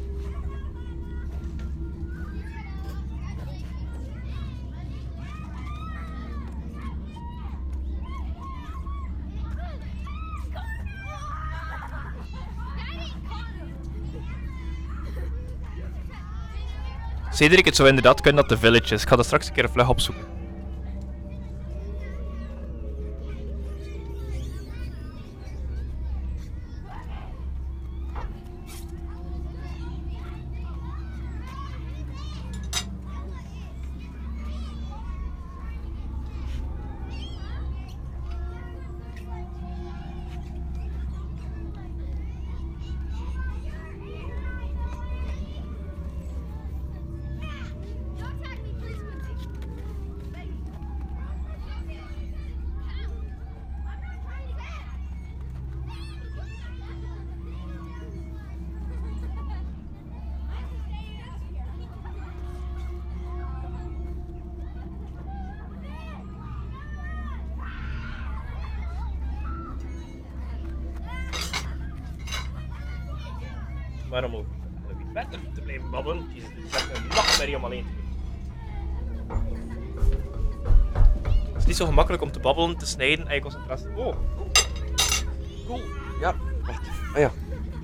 Cedric, het zou inderdaad kunnen dat de Village is. Ik ga dat straks een keer vlug opzoeken. Waarom ook? Halloween verder te blijven babbelen. Het is echt een nachtmerrie om alleen te doen. Het is niet zo gemakkelijk om te babbelen, te snijden en je concentratie. Oh! Cool. Ja, wacht. Ah ja.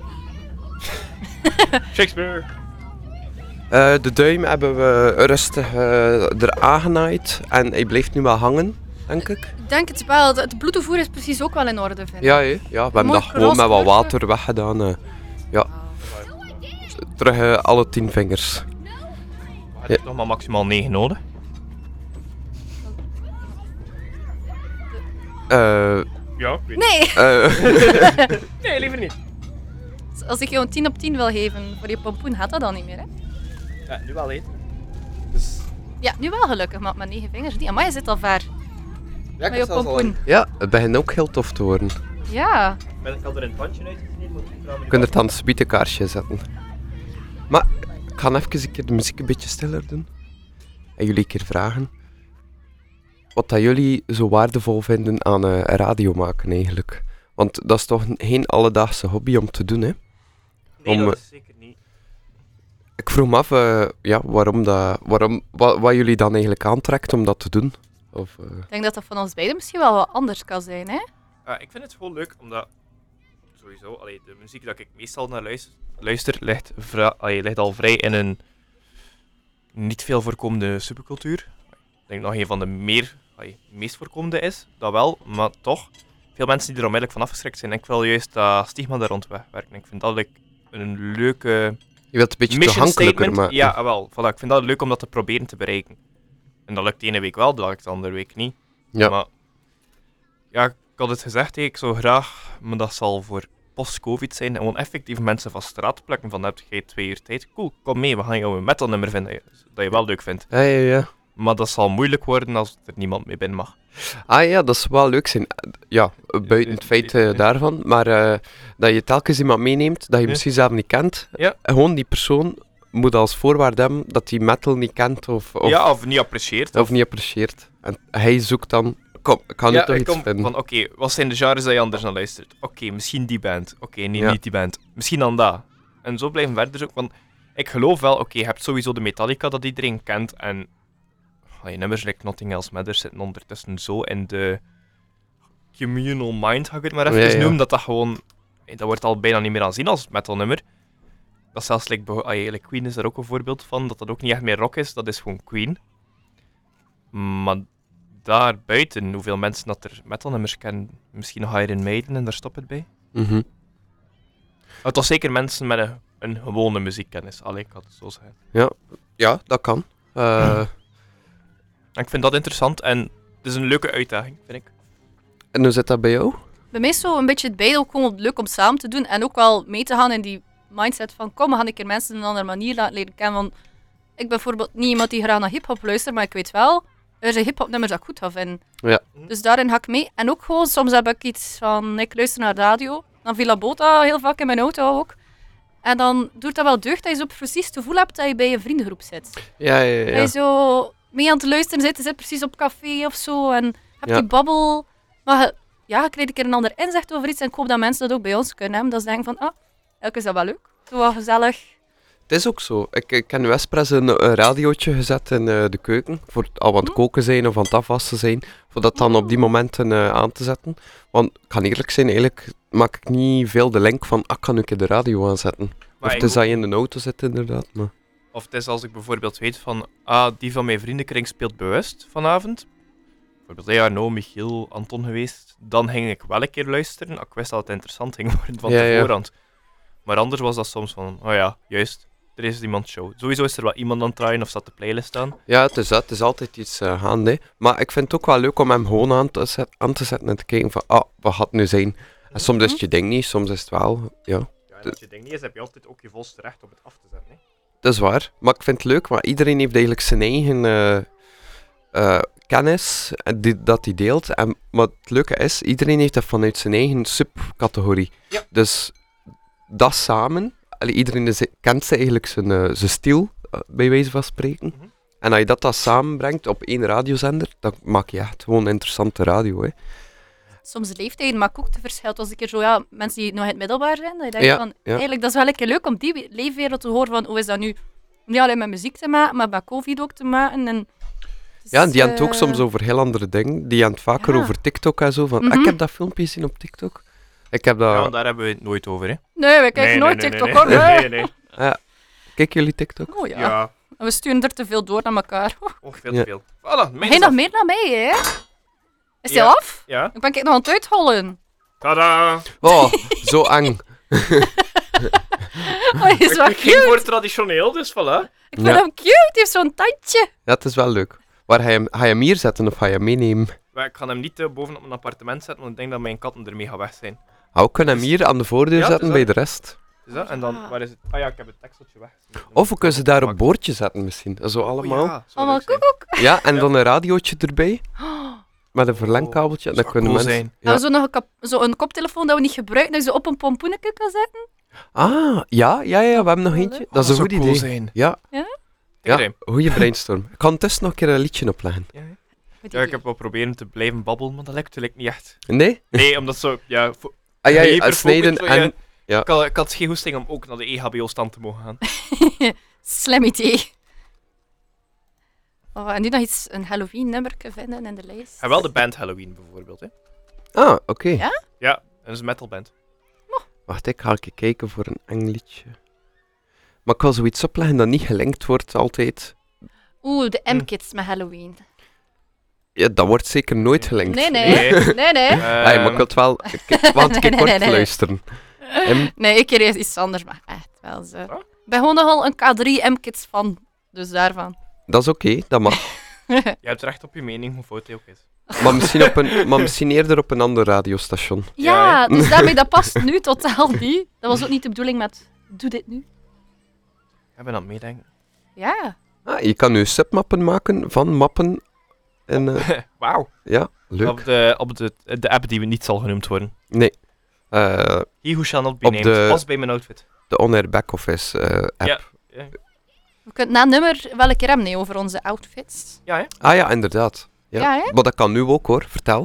Shakespeare! De duim hebben we rustig er aangenaaid en hij blijft nu wel hangen, denk ik. Ik denk het wel. Het bloedtoevoer is precies ook wel in orde, vind ik. Ja, we hebben Mooi dat gewoon met wat roze water weggedaan. Ja. Terug alle 10 vingers. Maar je hebt nog maar maximaal 9 nodig. Ja, ik weet Nee! Nee, liever niet. Als ik jou een 10 op 10 wil geven voor je pompoen, gaat dat dan niet meer, hè? Ja, nu wel eten. Dus... Ja, nu wel gelukkig, maar met 9 vingers niet. Amai, je zit al ver. Ja, Met je pompoen. Ja, het begint ook heel tof te worden. Ja. Ik had er een pandje uitgesneden, moet ik Je kunt er dan een subiete kaarsje zetten. Maar ik ga even een keer de muziek een beetje stiller doen. En jullie een keer vragen. Wat dat jullie zo waardevol vinden aan radio maken eigenlijk. Want dat is toch geen alledaagse hobby om te doen, hè? Nee, Om, dat is zeker niet. Ik vroeg me af wat jullie dan eigenlijk aantrekt om dat te doen. Of, Ik denk dat dat van ons beiden misschien wel wat anders kan zijn, hè? Ik vind het gewoon leuk, omdat sowieso, de muziek dat ik meestal naar luister ligt al vrij in een niet veel voorkomende subcultuur. Ik denk nog een van de meest voorkomende is, dat wel, maar toch. Veel mensen die er onmiddellijk van afgeschrikt zijn. En ik wil juist dat stigma daar rond wegwerken. Ik vind dat een leuke je wilt het een beetje mission toegankelijker statement. maken. Ja, wel. Voilà, ik vind dat leuk om dat te proberen te bereiken. En dat lukt de ene week wel, dat lukt de andere week niet. Ja. Maar ja, ik had het gezegd, ik zou graag, maar dat zal voor post-covid zijn, gewoon effectief mensen van straat plukken van heb jij 2 uur tijd. Cool, kom mee, we gaan jou een metalnummer vinden dat je wel leuk vindt. Ja. Maar dat zal moeilijk worden als er niemand mee binnen mag. Ah ja, dat is wel leuk zijn. Ja, buiten het feit daarvan. Maar dat je telkens iemand meeneemt dat je misschien zelf niet kent. Ja. Gewoon die persoon moet als voorwaarde hebben dat die metal niet kent of niet apprecieert. of niet apprecieert. En hij zoekt dan, kom, ik ga nu toch iets vinden. Van oké, wat zijn de genres dat je anders naar luistert? Oké, misschien die band. Oké, niet die band. Misschien dan dat. En zo blijven verder zoeken. Want ik geloof wel, je hebt sowieso de Metallica dat iedereen kent. En nummers like Nothing Else Matters zitten ondertussen zo in de communal mind, ga ik het maar even noemen, dat gewoon... Dat wordt al bijna niet meer aanzien als metalnummer. Dat zelfs, like Queen is daar ook een voorbeeld van, dat ook niet echt meer rock is, dat is gewoon Queen. Maar daarbuiten, hoeveel mensen dat er metalnummers kennen, misschien nog Iron Maiden en daar stopt het bij. Mhm. Maar toch zeker mensen met een gewone muziekkennis, ik had het zo zeggen. Ja, dat kan. Ik vind dat interessant en het is een leuke uitdaging, vind ik. En hoe zit dat bij jou? Bij mij is zo een beetje het beide ook gewoon leuk om samen te doen en ook wel mee te gaan in die mindset van kom, we gaan een keer mensen op een andere manier laten leren kennen. Want ik ben bijvoorbeeld niet iemand die graag naar hip-hop luistert, maar ik weet wel, er zijn hip-hop nummers dat ik goed ga vinden. Ja. Dus daarin ga ik mee. En ook gewoon, soms heb ik iets van, ik luister naar radio, dan Villa Bota heel vaak in mijn auto ook. En dan doet dat wel deugd dat je zo precies het gevoel hebt dat je bij je vriendengroep zit. Ja. Dat je zo mee aan het luisteren zit. Je zit precies op café of zo en heb Ja. die babbel. Maar je krijgt een keer een ander inzicht over iets. En ik hoop dat mensen dat ook bij ons kunnen hebben. Dat ze denken van, eigenlijk is dat wel leuk. Zo wat gezellig. Het is ook zo. Ik heb nu expres een radiootje gezet in de keuken. Voor het al aan het koken zijn of aan het afwassen zijn. Voor dat dan op die momenten aan te zetten. Want ik kan eerlijk zijn, eigenlijk maak ik niet veel de link van, ik kan nu een keer de radio aanzetten. Maar Of ik het is ook- dat je in de auto zit inderdaad. Maar... Of het is als ik bijvoorbeeld weet van, die van mijn vriendenkring speelt bewust vanavond. Bijvoorbeeld, ja, no, Michiel, Anton geweest. Dan ging ik wel een keer luisteren. Ik wist dat het interessant ging worden van Ja, ja. tevoren. Maar anders was dat soms van, oh ja, juist, er is iemand show. Sowieso is er wel iemand aan het draaien of staat de playlist aan. Ja, het is dat. Het is altijd iets gaande. Maar ik vind het ook wel leuk om hem gewoon aan te zetten en te kijken van, wat gaat het nu zijn? En soms is het je ding niet, soms is het wel, ja. Ja, en als je ding niet is, heb je altijd ook je volste recht om het af te zetten. Hè? Dat is waar. Maar ik vind het leuk, maar iedereen heeft eigenlijk zijn eigen kennis dat hij deelt. En wat het leuke is, iedereen heeft dat vanuit zijn eigen subcategorie. Ja. Dus dat samen, iedereen kent eigenlijk zijn stijl, bij wijze van spreken. Mhm. En als je dat samenbrengt op één radiozender, dan maak je echt gewoon interessante radio. Hè. Soms leeftijden maakt ook te verschil. Het was een keer zo, mensen die nog in het middelbaar zijn, dat je denkt Ja, van, ja. eigenlijk, dat is wel een keer leuk om die leefwereld te horen van, hoe is dat nu? Niet alleen met muziek te maken, maar met COVID ook te maken. En het Ja, en is, die hebben het ook soms over heel andere dingen. Die hebben het vaker Ja. over TikTok en zo. Van, Mhm. ik heb dat filmpje gezien op TikTok. Ik heb dat... Ja, want daar hebben we het nooit over, hè. Nee, we kijken nooit TikTok, hoor. Nee. Kijken jullie TikTok? Oh ja. Ja, En we sturen er te veel door naar elkaar. veel Ja. te veel. Voilà, mijn Geen is nog af. meer naar mij, hè? Is die Ja. al af? Ja. Ik ben nog aan het uithollen. Tada! Oh, zo eng. Oh, hij is wel Ik ging cute. voor traditioneel, dus voilà. Ik vind Ja. hem cute. Hij heeft zo'n tandje. Ja, het is wel leuk. Waar ga je hem hier zetten of ga je hem meenemen? Maar ik ga hem niet bovenop mijn appartement zetten, want ik denk dat mijn katten ermee gaan weg zijn. We kunnen hem hier aan de voordeur Ja, zetten het bij is de rest. Dus dat, en dan, waar is het? Ah ja, ik heb het tekseltje weg. Of we kunnen ze daar op boordje zetten misschien. Zo allemaal. Ja, Allemaal koekoek. Ja, en dan een radiootje erbij. Met een verlengkabeltje. En dan zou kunnen cool mensen... zijn. Hebben Ja. we zo een koptelefoon dat we niet gebruiken, dat je zo op een pompoenetje kan zetten? Ah, ja, we hebben nog eentje. Dat is een goed idee. Zijn. Ja, Ja? goede brainstorm. Ik kan tussen nog een keer een liedje opleggen. Ja, ik heb wel proberen te blijven babbelen, maar dat lukt eigenlijk niet echt. Nee? Nee, omdat zo, ja... Ah ja, hyperfocus, snijden zo, en... Ja. Ik had geen goesting om ook naar de EHBO-stand te mogen gaan. Slim idee. Oh, en nu nog iets, een Halloween-nummer vinden in de lijst. En wel de band Halloween bijvoorbeeld, hè. Ah, oké. Ja? Ja, dat is een metalband. Wacht, ik ga even kijken voor een eng liedje. Maar ik wil zoiets opleggen dat niet gelinkt wordt altijd. Oeh, de M-Kids met Halloween. Ja, dat wordt zeker nooit gelinkt. Nee. Nee. Maar ik wil het wel... Want ik heb kort Nee. luisteren. Nee, ik keer iets anders, maar echt wel zo. Oh? Ik ben gewoon nogal een K3 M-Kids fan, dus daarvan. Dat is oké, dat mag. Je hebt recht op je mening, hoe fout hij ook is. Maar misschien eerder op een ander radiostation. Ja, dus daarmee, dat past nu totaal niet. Dat was ook niet de bedoeling met, doe dit nu. Ik ben aan het meedenken. Ja. Ah, je kan nu submappen maken van mappen. En, Wauw. ja, leuk. Op de app die niet zal genoemd worden. Nee. He who shall not be Op named. de- Pas bij mijn outfit. De On-Air Backoffice app. Ja. We kunnen na nummer wel een keer hebben nee, over onze outfits. Ja, hè? Ah ja, inderdaad. Ja. Ja, hè? Maar dat kan nu ook hoor, vertel.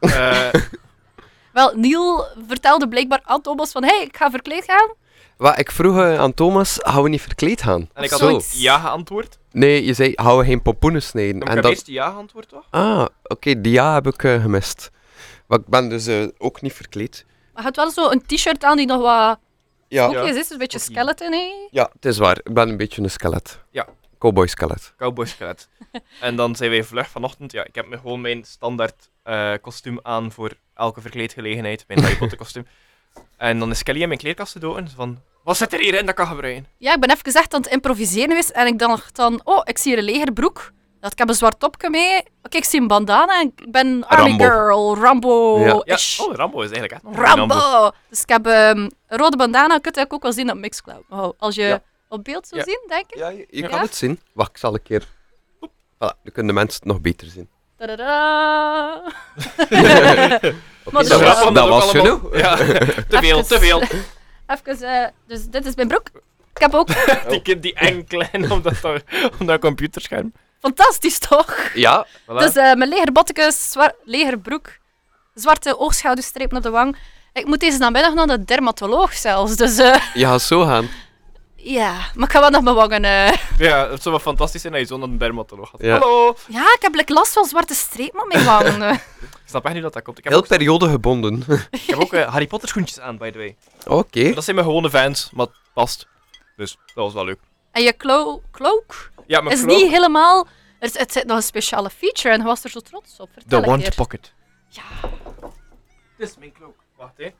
Wel, Neil vertelde blijkbaar aan Thomas van, hey, ik ga verkleed gaan. Wat, ik vroeg aan Thomas, gaan we niet verkleed gaan? En ik had Zo. ook ja geantwoord. Nee, je zei, gaan we geen pompoenen snijden? Maar En ik heb dat... eerst ja geantwoord, toch? Ah, oké, die ja heb ik gemist. Maar ik ben dus ook niet verkleed. Maar je had wel zo een t-shirt aan die nog wat Ja. smoky is, een beetje Smoky. skeleton, hè? Ja, het is waar. Ik ben een beetje een skelet. Ja. Cowboy skelet. Cowboy skelet. En dan zijn wij vlug vanochtend. Ja, ik heb me gewoon mijn standaard kostuum aan voor elke verkleedgelegenheid. Mijn Harry Potter kostuum. En dan is Kelly in mijn kleerkast gedoken. Van, wat zit er hierin dat ik kan gebruiken? Ja, ik ben even echt aan het improviseren geweest en ik dacht dan, oh, ik zie hier een legerbroek. Ik heb een zwart topje mee. Oké, ik zie een bandana en ik ben Army Rambo. Girl, Rambo. Ja. Ja, Ish. oh, Rambo is eigenlijk echt nog een Rambo. Rambo! Dus ik heb een rode bandana, ik kan het ook wel zien op Mixcloud. Oh, als je Ja. op beeld zou Ja. zien, denk ik. Ja, je Ja? kan het zien. Wacht, ik zal een keer... Voilà, dan kunnen de mensen het nog beter zien. Tadaa! Oké, Maar dat dat was, is dat was genoeg. Ja, te veel, te veel. Even, dus dit is mijn broek. Ik heb ook... Die eng klein op dat computerscherm. Fantastisch, toch? Ja, Voilà. Dus mijn legerbottekes, legerbroek, zwarte oogschaduwstrepen op de wang. Ik moet deze namiddag naar de dermatoloog zelfs. Dus je gaat zo gaan. ja, maar ik ga wel nog mijn wangen... Ja, het zou wel fantastisch zijn dat je zo naar een dermatoloog gaat. Ja. Hallo! Ja, ik heb last van zwarte strepen op mijn wangen. Ik snap echt niet dat dat komt. Ik heb Heel ook, periode gebonden. ik heb ook Harry Potter schoentjes aan, by the way. Oké. Dat zijn mijn gewone fans, maar het past. Dus dat was wel leuk. En je cloak Ja, mijn is cloak- niet helemaal... Het zit nog een speciale feature en je was er zo trots op. Vertel De een Wand keer. Pocket. Ja. Dit is mijn cloak. Wacht, hè.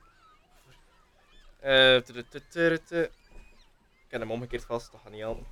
Ik heb hem omgekeerd vast, dat gaat niet aan.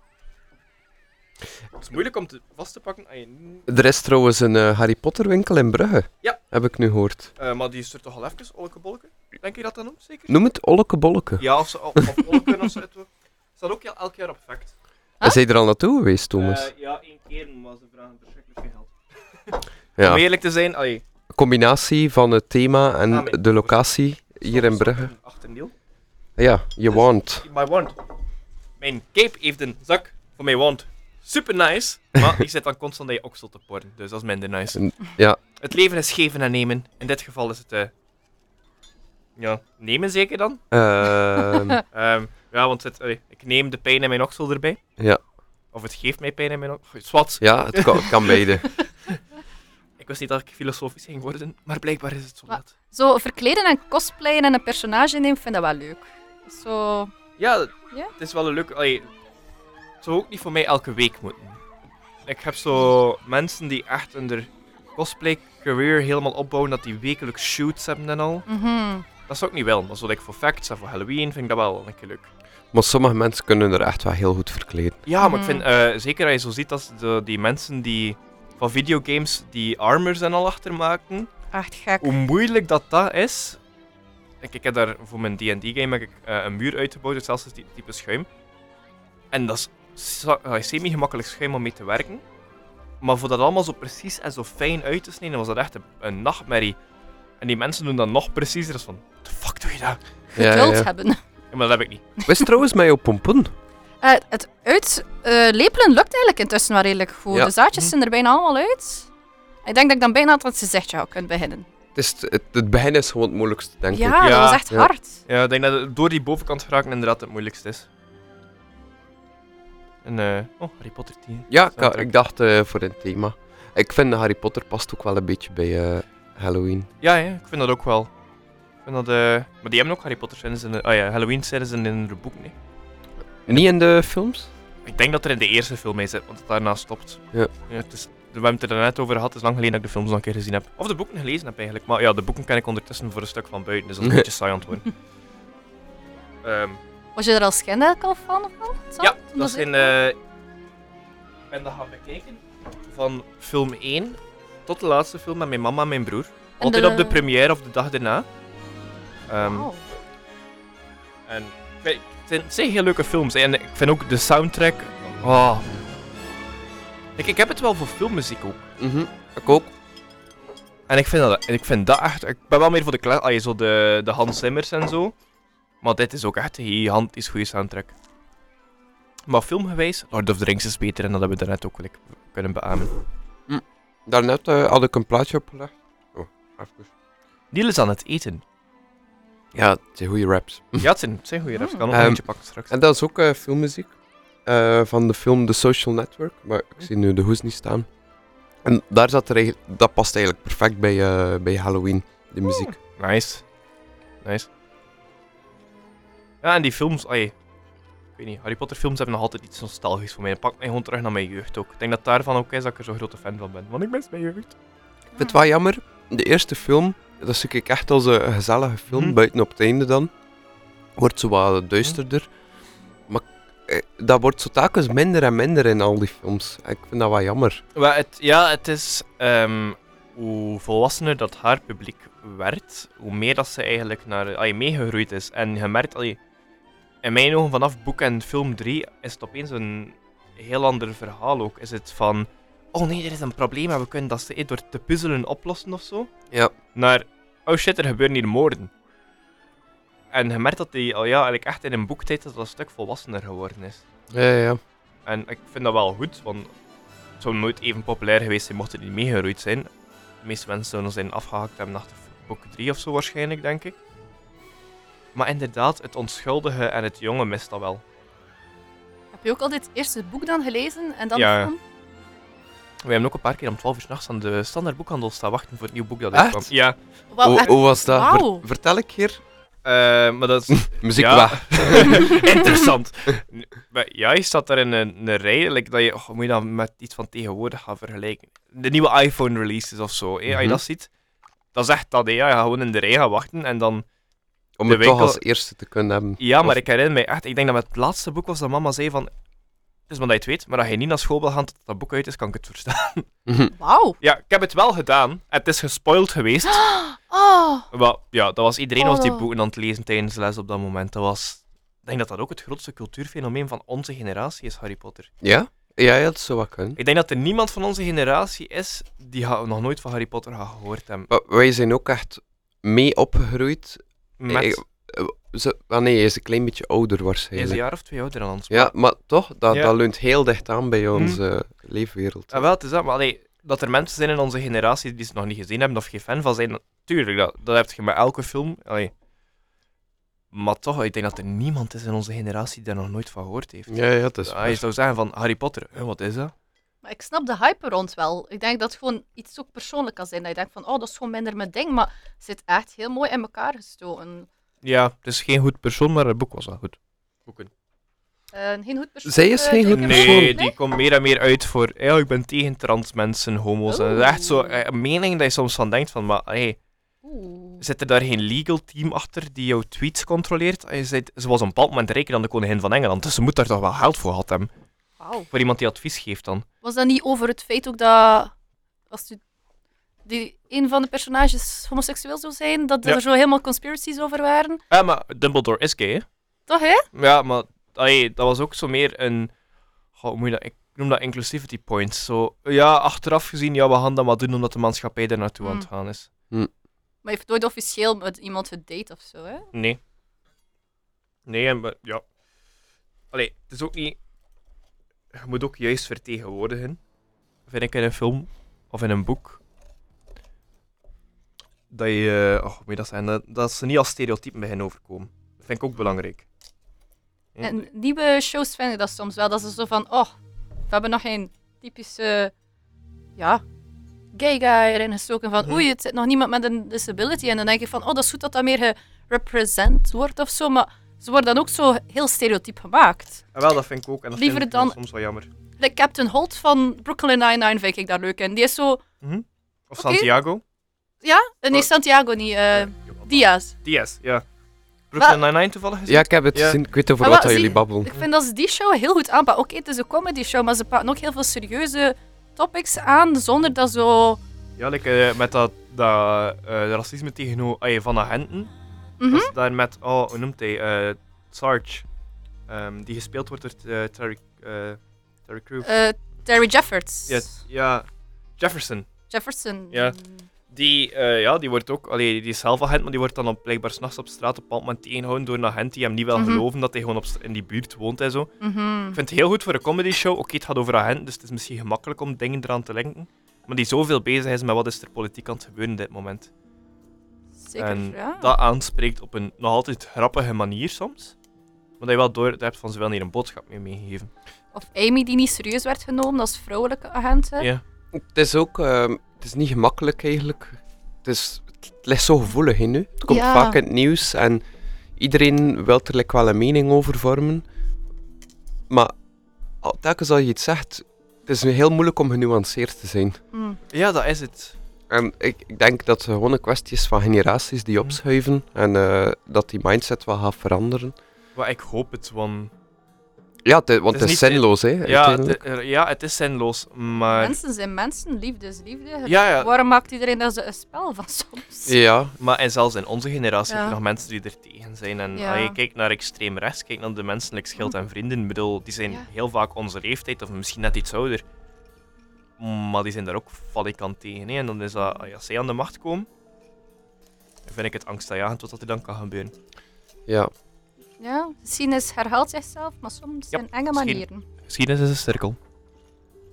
Het is moeilijk om vast te pakken. Er is trouwens een Harry Potter winkel in Brugge. Ja. Heb ik nu gehoord. Maar die is er toch al even, Olke-Bolke? Denk je dat dan noemt, zeker? Noem het Olleke-Bolleke. Ja, of Olke of zo. Staat ook elk jaar op Fact. Is hij er al naartoe geweest, Thomas? Ja, 1 keer, maar ze vragen verschrikkelijk veel geld. Ja. Om eerlijk te zijn, allee, Combinatie van het thema en mijn- de locatie hier in Brugge. Achterniel. Ja, je woont. My wand. Mijn cape heeft een zak voor mijn wand. Super nice, maar ik zit dan constant aan je oksel te porren, dus dat is minder nice. Ja. Het leven is geven en nemen. In dit geval is het, ja, nemen zeker dan? Ja, want ik neem de pijn in mijn oksel erbij. Ja. Of het geeft mij pijn in mijn oksel. Zwat. Ja, het kan beide. Ik wist niet dat ik filosofisch ging worden, maar blijkbaar is het zo Wat? laat. Zo verkleden en cosplayen en een personage nemen, vind ik dat wel leuk. Zo... Ja, Ja? het is wel een leuk... Allee, het zou ook niet voor mij elke week moeten. Ik heb zo mensen die echt hun cosplay career helemaal opbouwen, dat die wekelijks shoots hebben en al. Mhm. Dat zou ik niet wel, maar zo like voor Facts en voor Halloween vind ik dat wel een keer leuk. Maar sommige mensen kunnen er echt wel heel goed verkleden. Ja, maar ik vind, zeker als je zo ziet als die mensen die van videogames die armors en al achtermaken, Echt gek. hoe moeilijk dat is. Ik heb daar voor mijn D&D-game heb ik, een muur uitgebouwd, hetzelfde type schuim. En dat is semi-gemakkelijk schuim om mee te werken. Maar voor dat allemaal zo precies en zo fijn uit te snijden, was dat echt een nachtmerrie. En die mensen doen dat nog preciezer. Dat is van, the fuck doe je dat? Geduld hebben. Ja, maar dat heb ik niet. Wist trouwens met jouw pompoen? Het uitlepelen lukt eigenlijk intussen wel redelijk goed. Ja. De zaadjes zijn er bijna allemaal uit. Ik denk dat ik dan bijna het gezichtje al kunt beginnen. Het begin is gewoon het moeilijkste, denk ik. Ja, dat Ja, was echt ja. hard. Ja, ik denk dat het door die bovenkant geraken inderdaad het moeilijkste is. En, Harry Potter 10. Ja, Soundtrack. ik dacht voor een thema. Ik vind Harry Potter past ook wel een beetje bij Halloween. Ja, ik vind dat ook wel. Ik vind dat, maar die hebben ook Harry Potter scènes in de... Halloween scènes in de boeken, nee. Niet in de films? Ik denk dat er in de eerste film mee zit, want het daarna stopt. Ja. Het is, we hebben het er net over gehad, het is lang geleden dat ik de films nog een keer gezien heb. Of de boeken gelezen heb eigenlijk. Maar ja, de boeken ken ik ondertussen voor een stuk van buiten, dus dat is een beetje saai aan het worden. Was je er als kind eigenlijk al van? Of wel? Sam? Ja, Toen dat zijn... uit- Ik ben dat gaan bekijken van film 1 tot de laatste film met mijn mama en mijn broer. Altijd op de première of de dag daarna. Wauw. En het zijn heel leuke films. En ik vind ook de soundtrack... Oh. Ik heb het wel voor filmmuziek ook. Ik ook. En ik vind dat echt... Ik ben wel meer voor de Hans Zimmers en zo. Maar dit is ook echt een gigantisch goede soundtrack. Maar filmgewijs, Lord of the Rings is beter en dat hebben we daarnet ook kunnen beamen. Daarnet had ik een plaatje opgelegd. Oh, even. Niel is aan het eten. Ja, het zijn goede raps. Ja, het zijn goede raps. Ik kan ook nog Ehm, eentje pakken straks. En dat is ook filmmuziek. Van de film The Social Network. Maar ik zie nu de hoes niet staan. En daar zat dat past eigenlijk perfect bij Halloween, die muziek. Nice. Ja, en die films, ik weet niet, Harry Potter films hebben nog altijd iets nostalgisch voor mij. Dat pakt mij gewoon terug naar mijn jeugd ook. Ik denk dat daarvan ook is dat ik er zo'n grote fan van ben. Want ik mis mijn jeugd. Ik vind het wel jammer. De eerste film, dat zie ik echt als een gezellige film. Buiten op het einde dan. Wordt zo wat duisterder. Maar dat wordt zo telkens minder en minder in al die films. Ik vind dat wel jammer. Het is... hoe volwassener dat haar publiek werd, hoe meer dat ze eigenlijk meegegroeid is. En je merkt, in mijn ogen vanaf boek en film 3 is het opeens een heel ander verhaal ook. Is het van, oh nee, er is een probleem en we kunnen dat door te puzzelen oplossen of zo. Ja. Naar, oh shit, er gebeuren hier moorden. En je merkt dat die eigenlijk echt in een boektijd dat een stuk volwassener geworden is. Ja. En ik vind dat wel goed, want zou nooit even populair geweest zijn mocht het niet meegeroeid zijn. De meeste mensen zouden zijn afgehaakt hebben achter boek 3 of zo waarschijnlijk, denk ik. Maar inderdaad, het onschuldige en het jonge mist dat wel. Heb je ook al dit eerste boek dan gelezen en dan Ja. de film? We hebben ook een paar keer om 12 uur 's nachts aan de standaard boekhandel staan wachten voor het nieuw boek dat Echt? uitkwam. Ja, Wauw, echt? Hoe was dat? Wauw. Vertel ik hier. maar dat is... Muziek Ja. weg. Interessant. Maar ja, je staat daar in een rij, like dat je, moet je dat met iets van tegenwoordig gaan vergelijken. De nieuwe iPhone releases of zo, als je Mhm. dat ziet. Dat is echt dat, hè. Ja, je gaat gewoon in de rij gaan wachten en dan... Om De het toch winkel- als eerste te kunnen hebben. Ja, maar Of- ik herinner mij echt, ik denk dat met het laatste boek was dat mama zei van... Het is maar dat je het weet, maar als je niet naar school wil gaan tot dat boek uit is, kan ik het verstaan. Wauw. Ja, ik heb het wel gedaan. Het is gespoild geweest. Oh. Maar ja, dat was iedereen was die Oh. boeken aan het lezen tijdens de les op dat moment. Dat was... Ik denk dat dat ook het grootste cultuurfenomeen van onze generatie is, Harry Potter. Ja? Ja, dat zou wel kunnen. Ik denk dat er niemand van onze generatie is die nog nooit van Harry Potter gaat gehoord hebben. Maar wij zijn ook echt mee opgegroeid. Met... Nee, hij is een klein beetje ouder Hij is waarschijnlijk. een jaar of 2 ouder dan ons. Ja, maar toch, dat Ja. leunt heel dicht aan bij onze leefwereld. Ja, wel, het is dat. Maar allee, dat er mensen zijn in onze generatie die het nog niet gezien hebben of geen fan van zijn, natuurlijk, dat heb je met elke film. Allee. Maar toch, ik denk dat er niemand is in onze generatie die daar nog nooit van gehoord heeft. Ja, dat is Je waar. zou zeggen van Harry Potter, wat is dat? Maar ik snap de hype er rond wel. Ik denk dat het gewoon iets ook persoonlijk kan zijn. Dat je denkt van, oh, dat is gewoon minder mijn ding. Maar het zit echt heel mooi in elkaar gestoken. Ja, het is geen goed persoon, maar het boek was wel goed. Boeken. Geen goed persoon. Zij is geen goed J.K. persoon. Nee, Rowling, die komt meer en meer uit voor, ja, ik ben tegen trans mensen, homo's. En dat is echt zo een mening dat je soms van denkt van, maar hey, Oeh. zit er daar geen legal team achter die jouw tweets controleert? En je zei, ze was op een bepaald moment rijker dan de koningin van Engeland, dus ze moet daar toch wel geld voor gehad hebben. Wauw. Voor iemand die advies geeft dan. Was dat niet over het feit ook dat als die een van de personages homoseksueel zou zijn, dat Ja. er zo helemaal conspiracies over waren? Ja, maar Dumbledore is gay, hè? Toch, hè? Ja, maar dat was ook zo meer een... Goh, hoe moet je dat... Ik noem dat inclusivity points. Zo, ja, achteraf gezien, ja, we gaan dat maar doen omdat de maatschappij er naartoe aan het gaan is. Maar je heeft nooit officieel met iemand gedate of zo, hè? Nee. Nee, maar ja. Allee, het is ook niet... Je moet ook juist vertegenwoordigen, vind ik, in een film of in een boek. Dat je... hoe moet je dat zeggen? Dat ze niet als stereotypen beginnen overkomen. Dat vind ik ook belangrijk. Ja. En nieuwe shows vind ik dat soms wel. Dat ze zo van, oh, we hebben nog geen typische, ja, gay guy erin gestoken. Van, oei, het zit nog niemand met een disability. En dan denk ik van, oh, dat is goed dat dat meer gerepresent wordt of zo. Maar ze worden dan ook zo heel stereotyp gemaakt. Ja, wel, dat vind ik ook. En dat Liever vind ik dan- soms wel jammer. Like Captain Holt van Brooklyn Nine-Nine vind ik daar leuk in. Die is zo, Of Oké. Santiago. ja, nee, Santiago niet, Diaz. Diaz, ja. Brooklyn Nine-Nine toevallig gezien? Ja, ik heb het Ja. gezien. Ik weet over Maar wat wel, dat zie- jullie babbelen. Ik vind dat ze die show heel goed aanpakken. Oké, het is een comedy show, maar ze pakken ook heel veel serieuze topics aan, zonder dat zo... Ja, like, met dat racisme tegen van agenten. Mhm. Dat is daar met, hoe noemt hij? Sarge. Die gespeeld wordt door Terry Crews. Terry Jeffords. Ja, Jefferson. Jefferson. Ja. Die wordt ook, die is zelf agent, maar die wordt dan blijkbaar s'nachts op straat op een bepaald moment tegengehouden door een agent die hem niet wil Mhm. geloven dat hij gewoon in die buurt woont en zo. Mhm. Ik vind het heel goed voor een comedy show. Oké, het gaat over agenten, dus het is misschien gemakkelijk om dingen eraan te linken. Maar die zoveel bezig is met wat is er politiek aan het gebeuren op dit moment. Zeker, En ja. dat aanspreekt op een nog altijd grappige manier soms. Maar dat je wel door hebt van ze willen hier een boodschap mee meegeven. Of Amy die niet serieus werd genomen als vrouwelijke agent. Hè. Ja. Het is ook... het is niet gemakkelijk eigenlijk. Het ligt zo gevoelig in nu. Het komt Ja. vaak in het nieuws en iedereen wil er like wel een mening over vormen. Maar telkens als je iets zegt, het is nu heel moeilijk om genuanceerd te zijn. Mm. Ja, dat is het. En ik denk dat het gewoon een kwestie is van generaties die opschuiven en dat die mindset wel gaat veranderen. Maar ik hoop het, want... Ja, want is het is niet- zinloos, hè, Ja, uiteindelijk. ja, het is zinloos, maar... Mensen zijn mensen, liefde is liefde. Ja. Waarom maakt iedereen daar zo een spel van soms? Ja, Maar zelfs in onze generatie Ja. heb je nog mensen die er tegen zijn. En Ja. als je kijkt naar extreem rechts, kijk naar de mensen like Schild en Vrienden. Ik bedoel, die zijn Ja. heel vaak onze leeftijd, of misschien net iets ouder. Maar die zijn daar ook valikant tegen. Hè. En dan is dat, als zij aan de macht komen, dan vind ik het angstaanjagend wat er dan kan gebeuren. ja. Ja, geschiedenis herhaalt zichzelf, maar soms Ja, zijn enge misschien. manieren. Geschiedenis is een cirkel.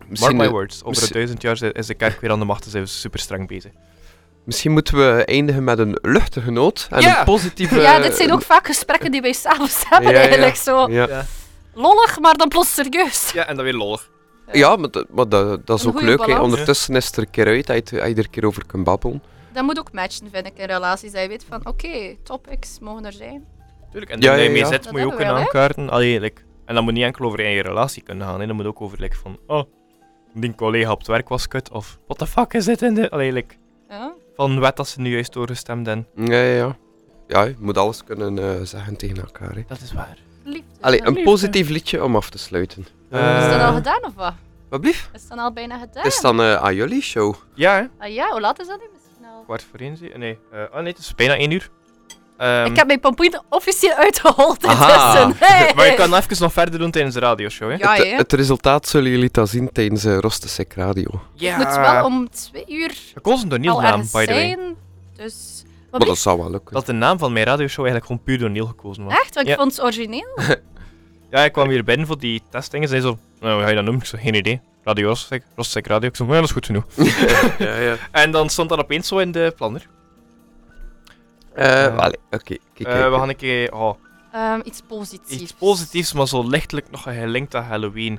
Mark my eh, words, over misschien- 1000 jaar is de kerk weer aan de macht en zijn we super streng bezig. Misschien moeten we eindigen met een luchtige noot en Ja. een positieve... Ja, dit zijn ook vaak gesprekken die wij s'avonds hebben Ja, ja. eigenlijk. Zo Ja, lollig, maar dan plots serieus. Ja, en dat weer lollig. ja maar dat is Een ook goede leuk. Hè. balans. Ondertussen is het er een keer uit dat je er een keer over kunt babbelen. Dat moet ook matchen, vind ik, in relaties. Dat je weet van, oké, topics mogen er zijn. Tuurlijk, en Ja, daar ja, je mee ja. zit, Dat moet je ook hebben kunnen we wel, aankaarten. Allee, en dat moet niet enkel over je eigen relatie kunnen gaan, hè. Dat moet ook over van, oh, die collega op het werk was kut, of what the fuck is dit in de... Allee, Ja. van wet dat ze nu juist doorgestemd en... Ja. Ja, je moet alles kunnen zeggen tegen elkaar. Hè. Dat is waar. Liefde. Allee, een liefde. positief liedje om af te sluiten. Is dat al Eh, gedaan of wat? Wat blieft? Is dat al bijna gedaan? Het is dan aan jullie show. Ja, hè. Ah ja, hoe laat is dat nu misschien al? 1:15, nee. Nee, het is bijna 1 uur. Ik heb mijn pompoen officieel uitgehold Aha. intussen. Hey. Maar je kan even nog verder doen tijdens de radioshow, hè. Ja, het, hè. het resultaat zullen jullie dan zien tijdens Rostesek Radio. Ja. Het moet wel om 2 uur Gekozen door Niels al naam, ergens by the way. zijn. Dus... Wat Maar dat zou wel lukken. Dat de naam van mijn radioshow eigenlijk gewoon puur door Niel gekozen was. echt? Want ik Ja. vond het origineel. Ja, ik kwam hier binnen voor die testingen. Ze zei zo, nou, hoe ga je dat noemen? Ik zei, geen idee. Radio Rostesek Radio. Ik zei, ja, dat is goed genoeg. ja. En dan stond dat opeens zo in de planner. Allee, oké. Kijk, We gaan een keer... Oh, Iets positiefs. iets positiefs, maar zo lichtelijk nog gelinkt aan Halloween.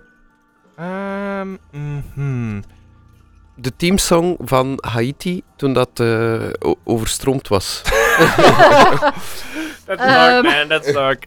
De teamsong van Haiti toen dat overstroomd was. That's dark, man. That's dark.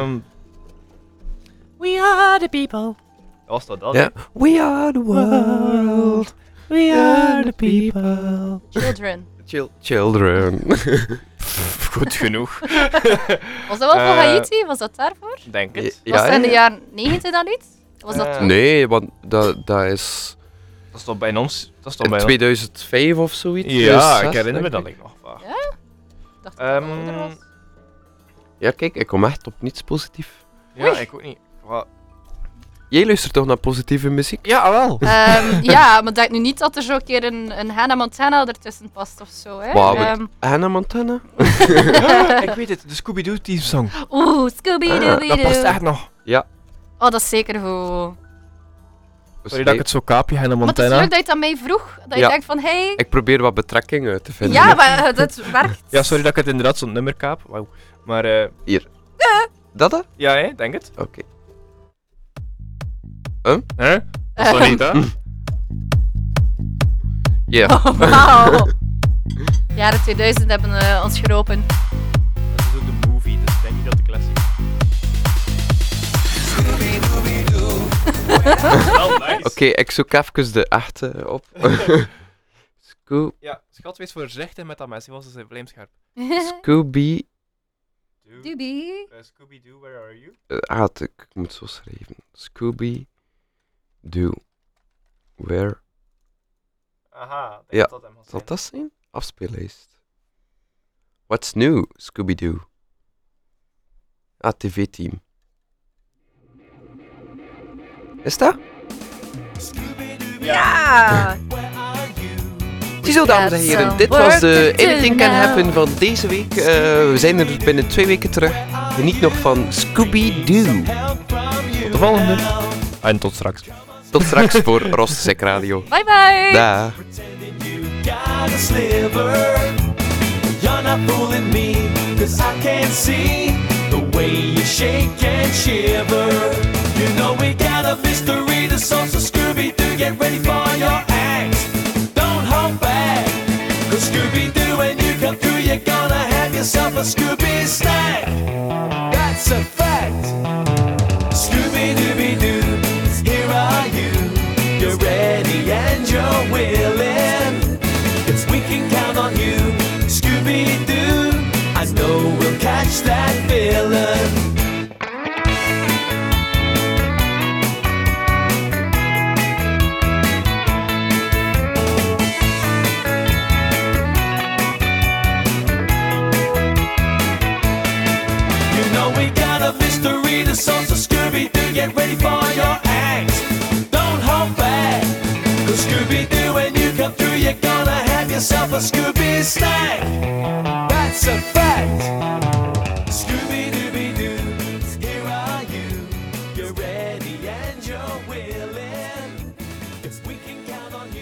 We are the people. Was dat dat? Ja. We are the world. We are the people. Children. Children. Goed genoeg. Was dat wel voor Eh, Haiti? Was dat daarvoor? Denk het. Ja, Was dat in de ja. jaren 90 dan iets? Was dat toen? Nee, want dat is Dat is toch bij ons? Dat is toch in bij ons? 2005 of zoiets. Ja, 2006, ik herinner me denk dat ik nog vaag. Ik dacht dat het ouder was. Ja, kijk, ik kom echt op niets positief. Ja, ik ook niet. Wat? Jij luistert toch naar positieve muziek? Ja, wel. Ja, maar denk nu niet dat er zo een keer een Hannah Montana ertussen past of zo, hè? Wauw, Hannah Montana? Ik weet het, de Scooby-Doo teamsong. Oeh, Scooby-Dooby-Doo. Dat past echt nog. Oh, dat is zeker goed. Sorry dat ik het zo kaapje, Hannah Maar het is Montana. leuk dat je het aan mij vroeg. Dat je Ja. denkt van, hey... Ik probeer wat betrekking uit te vinden. Ja, maar dat werkt. Ja, sorry dat ik het inderdaad zo'n nummer kaap. Wauw. Maar Dat hè? ja, hè, denk het. Oké. Hè? Dat is toch niet, hè? Ja. Wauw. Jaren 2000 hebben ons geroepen. Dat is ook de movie, dus ik denk niet dat de classic. Wel nice. Oké, ik zoek even de echte op. Scoo- Ja, schat, wees voorzichtig met dat mes, want ze zijn vlijmscherp. Scooby... Doobie. Scooby-Doo, where are you? ik moet zo schrijven. Scooby-Doo. Where... Aha, ik Ja, denk dat hem gaat Zal zijn. dat zijn? Afspeellijst. What's new, Scooby-Doo? TV-team. Is dat? Ja! Ziezo, dames en heren, some dit was work de to do Anything Can now. Happen van deze week. We zijn er binnen 2 weken terug. Geniet nog van Scooby-Doo. Tot de volgende. En tot straks. Tot straks voor Rostesek Radio. Bye bye! Daag. got a sliver. You're not fooling me, cause I can see the way you shake and shiver. You know we got a mystery, the songs of Scooby-Doo. Get ready for your act. Don't hold back, cause Scooby-Doo, when you come through, you're gonna have yourself a Scooby snack. That's a fact. Scooby-Dooby-Doo, here are you. You're ready and you're willing. Cause we can count on you, Scooby-Doo. I know we'll catch that villain. You know we got a mystery, the songs of Scooby-Doo. Get ready for your act. Don't hold back, cause Scooby-Doo, when you come through, you're gonna have yourself a Scooby snack. That's a fact.